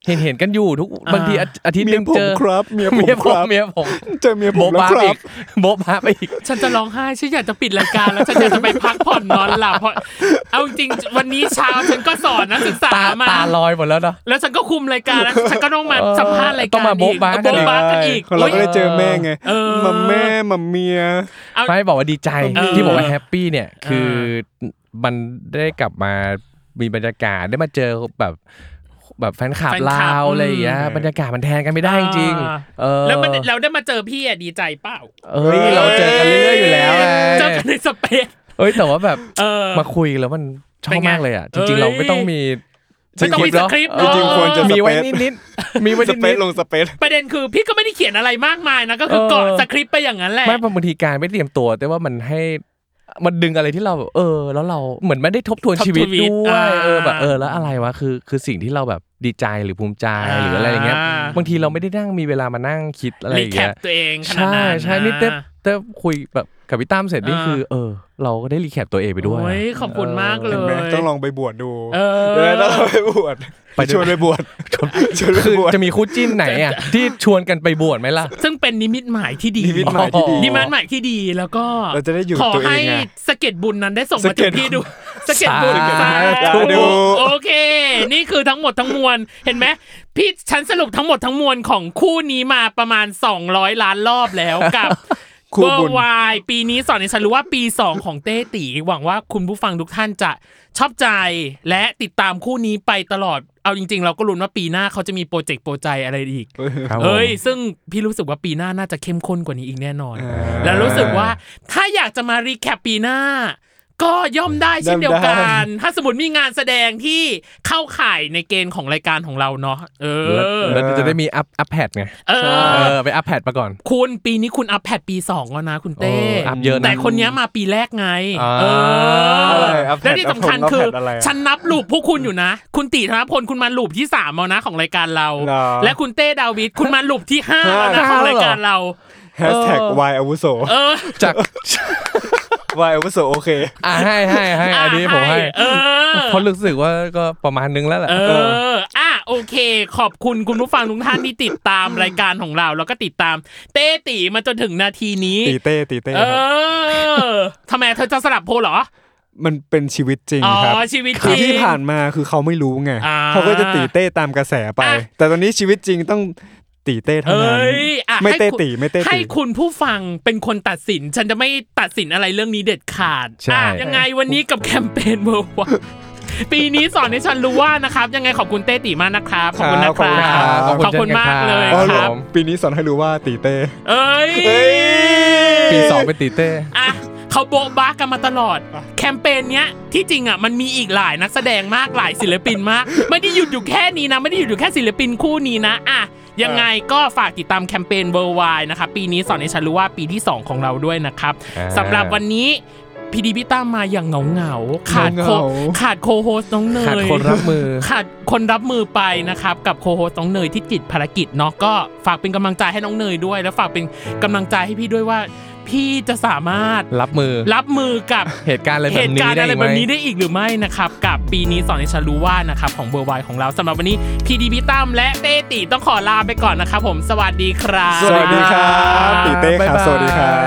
เห็นเห็นกันอยู่ทุกบางทีอาทิตย์นึงเจอครับเมียผมเมียผคมรับเมียผมเจอเมียผมโบ๊ะแล้วบ้าครัอีบกโบ๊ะบ้าไปอีกฉันจะร้องไห้ฉันอยากจะปิดรายการแล้วฉันอยากจะไปพักผ่อนนอนหลับเพราะเอาจริงวันนี้เช้าฉันก็สอนนักศึกษามาตาลอยหมดแล้วเนาะแล้วฉันก็คุมรายการแล้วฉันก็ต้องมาสัมภาษณ์รายการต้องมาโบ๊ะบ้ากันอีกโบ๊ะบ้ากันอีกเราก็ได้เจอแม่ไงเออมัมแม่มัมเมียไม่บอกว่าดีใจเออที่บอกว่าแฮปปี้เนี่ยคือมันได้กลับมามีบรรยากาศได้มาเจอแบบแบบแฟนคลับเราอะไรอย่างเงี้ยบรรยากาศมันแทนกันไม่ได้จริงๆเออแล้วมันเราได้มาเจอพี่อ่ะดีใจเปล่าเอ้ยเราเจอกันเรื่อยๆอยู่แล้วไงเจอกันในสเปซเอ้ยแต่ว่าแบบเออมาคุยแล้วมันชอบมากเลยอ่ะจริงๆเราไม่ต้องมีไม่ต้องมีสคริปต์จริงๆควรจะมีไว้นิดๆมีไว้สนิดเปซลงสเปซประเด็นคือพี่ก็ไม่ได้เขียนอะไรมากมายนะก็คือเกาะสคริปต์ไปอย่างนั้นแหละๆไม่บางทีการไม่เตรียมตัวแต่ว่ามันให้มันดึงอะไรที่เราเออแล้วเราเหมือนไม่ได้ทบทวนชีวิตด้วยเออแบบเออแล้วอะไรวะคือคือสิ่งที่เราแบบดีใจหรือภูมิใจหรืออะไรอย่างเงี้ยบางทีเราไม่ได้นั่งมีเวลามานั่งคิดอะไรอย่างเงี้ยรีแคปตัวเองขนาดนั้นใช่ใช่นี่เต้เต้คุยแบบกับพี่ตั้มเสร็จนี่คือเออเราก็ได้รีแคปตัวเองไปด้วยโอ้ยขอบคุณมากเลเห็นไหมยต้องลองไปบวชดูเออเดี๋ยวต้องลองไปบวชไปชวนไปบวชชวนไปคือบวชจะมีคู่จิ้นไหนอ่ะที่ชวนกันไปบวชไหมล่ะซึ่งเป็นนิมิตหมายที่ดีนิมิตหมายที่ดีนิมิตหมายที่ดีแล้วก็เราจะได้อยู่ขอตัวเอให้งไงสะเก็ดบุญนั้นได้ส่งสะมาเก็ถึดงพี่ดูสะเก็ดบุญสาธุสาธุโอเค นี่คือทั้งหมดทั้งมวลเห็นไหมพี่ฉันสรุปทั้งหมดทั้งมวลของคู่นี้มาประมาณสองร้อยล้านรอบแล้วกับคู่เบอบุญร์วายปีนี้สอนให้ฉันรู้ว่าปีสองของเต้ตีหวังว่าคุณผู้ฟังทุกท่านจะชอบใจและติดตามคู่นี้ไปตลอดเอาจริงๆเราก็ลุ้นว่าปีหน้าเขาจะมีโปรเจกต์โปรใจอะไรอีกครับผมเอ้ยซึ่งพี่รู้สึกว่าปีหน้าน่าจะเข้มข้นกว่านี้อีกแน่นอน แล้วรู้สึกว่าถ้าอยากจะมารีแคปปีหน้าก็ย่อมได้เช่นเดียวกัน ถ้าสมมติมีงานแสดงที่เข้าข่ายในเกณฑ์ของรายการของเราเนาะเออแล้วจะได้มีอัพอัพแพดไงเอเอออไปอัพแพดมาก่อนคุณปีนี้คุณอัพแพดปีสองแล้วนะคุณเต้เอออัพเยอะนะแต่คนนี้มาปีแรกไงอ่าเอออะไรอัพแพดแล้วที่สำคัญอัพแพดคืออะไรอะฉันนับลูปพวกคุณอยู่นะ คุณติธนพลคุณมาลูปที่สามแล้วนะของรายการเราเหรอและคุณเต้ดาวิดคุณมาลูปที่ห้าแล้วนะของรายการเราแฮชแท็กวายอาวุโสเออจากวายอาวุโสโอเคอ่ะให้ให้ให้อันนี้ผมให้เออเพราะรู้สึกว่าก็ประมาณนึงแล้วแหละเออ อ่ะโอเค ขอบคุณคุณผู้ฟังทุกท่านที่ติดตามรายการของเราแล้วก็ติดตามเต้ตีมาจนถึงนาทีนี้ตีเต้ตีเต้เอครับอทำไมเธอจะสลับโพลเหรอมันเป็นชีวิตจริงอ๋อครับชีวิตจคืริอง ที่ผ่านมาคือเขาไม่รู้ไงอ่าเขาก็จะตีเต้ตามกระแสไปอ่ะแต่ตอนนี้ชีวิตจริงต้องตีเต้เท่าเอ้นั้นยอ่ะไม่เต้ให้คุณตีไม่เต้ให้ตีคุณผู้ฟังเป็นคนตัดสิน ฉันจะไม่ตัดสินอะไรเรื่องนี้เด็ดขาดใช่อ่ะยังไงวันนี้กับแคมเปญเวิร์วปีนี้สอนให้ฉันรู้ว่านะครับยังไงขอบคุณเต้ตีมากนะครับขอบคุณนะครับขอบคุณขอบคุณมากเลยอ๋อครับปีนี้สอนให้รู้ว่าตีเต้เอ้ยเอ้ยปีสองเป็นตีเต้อ่ะเขาโบ๊ะบ้ากันมาตลอดแคมเปญเนี้ยที่จริงอ่ะมันมีอีกหลายนักแสดงมากหลายศิลปินมากไม่ได้หยุดอยู่แค่นี้นะไม่ได้หยุดอยู่แค่ศิลปินคู่นี้นะอ่ะยังไงก็ฝากติดตามแคมเปญ Worldwide นะครับปีนี้สอนให้ฉันรู้ว่าปีที่สองของเราด้วยนะครับสำหรับวันนี้พีดีพี่ตั้มมาอย่างเหงาเหงาๆขาดโคเหงาๆขาดโคโฮสน้องเนยขาดคนรับมือขาดคนรับมือไปนะครับกับโคโฮสน้องเนยที่ติดภารกิจเนาะก็ฝากเป็นกำลังใจให้น้องเนยด้วยแล้วฝากเป็นกำลังใจให้พี่ด้วยว่าพี่จะสามารถรับมือรับมือกับเหตุการณ์อะไรแบเหบตุนี้การณ์ได้อะไรไหแบมบนี้ได้อีกหรือไม่นะครับกับปีนี้สอนให้ฉันรู้ว่านะครับของเบอร์ไวของเราสำหรับวันนี้พีดีพี่ตั้มและเต้ตีต้องขอลาไปก่อนนะครับผมสวัสดีครับสวัสดีครับตีเต้ครับสวัสดีครับ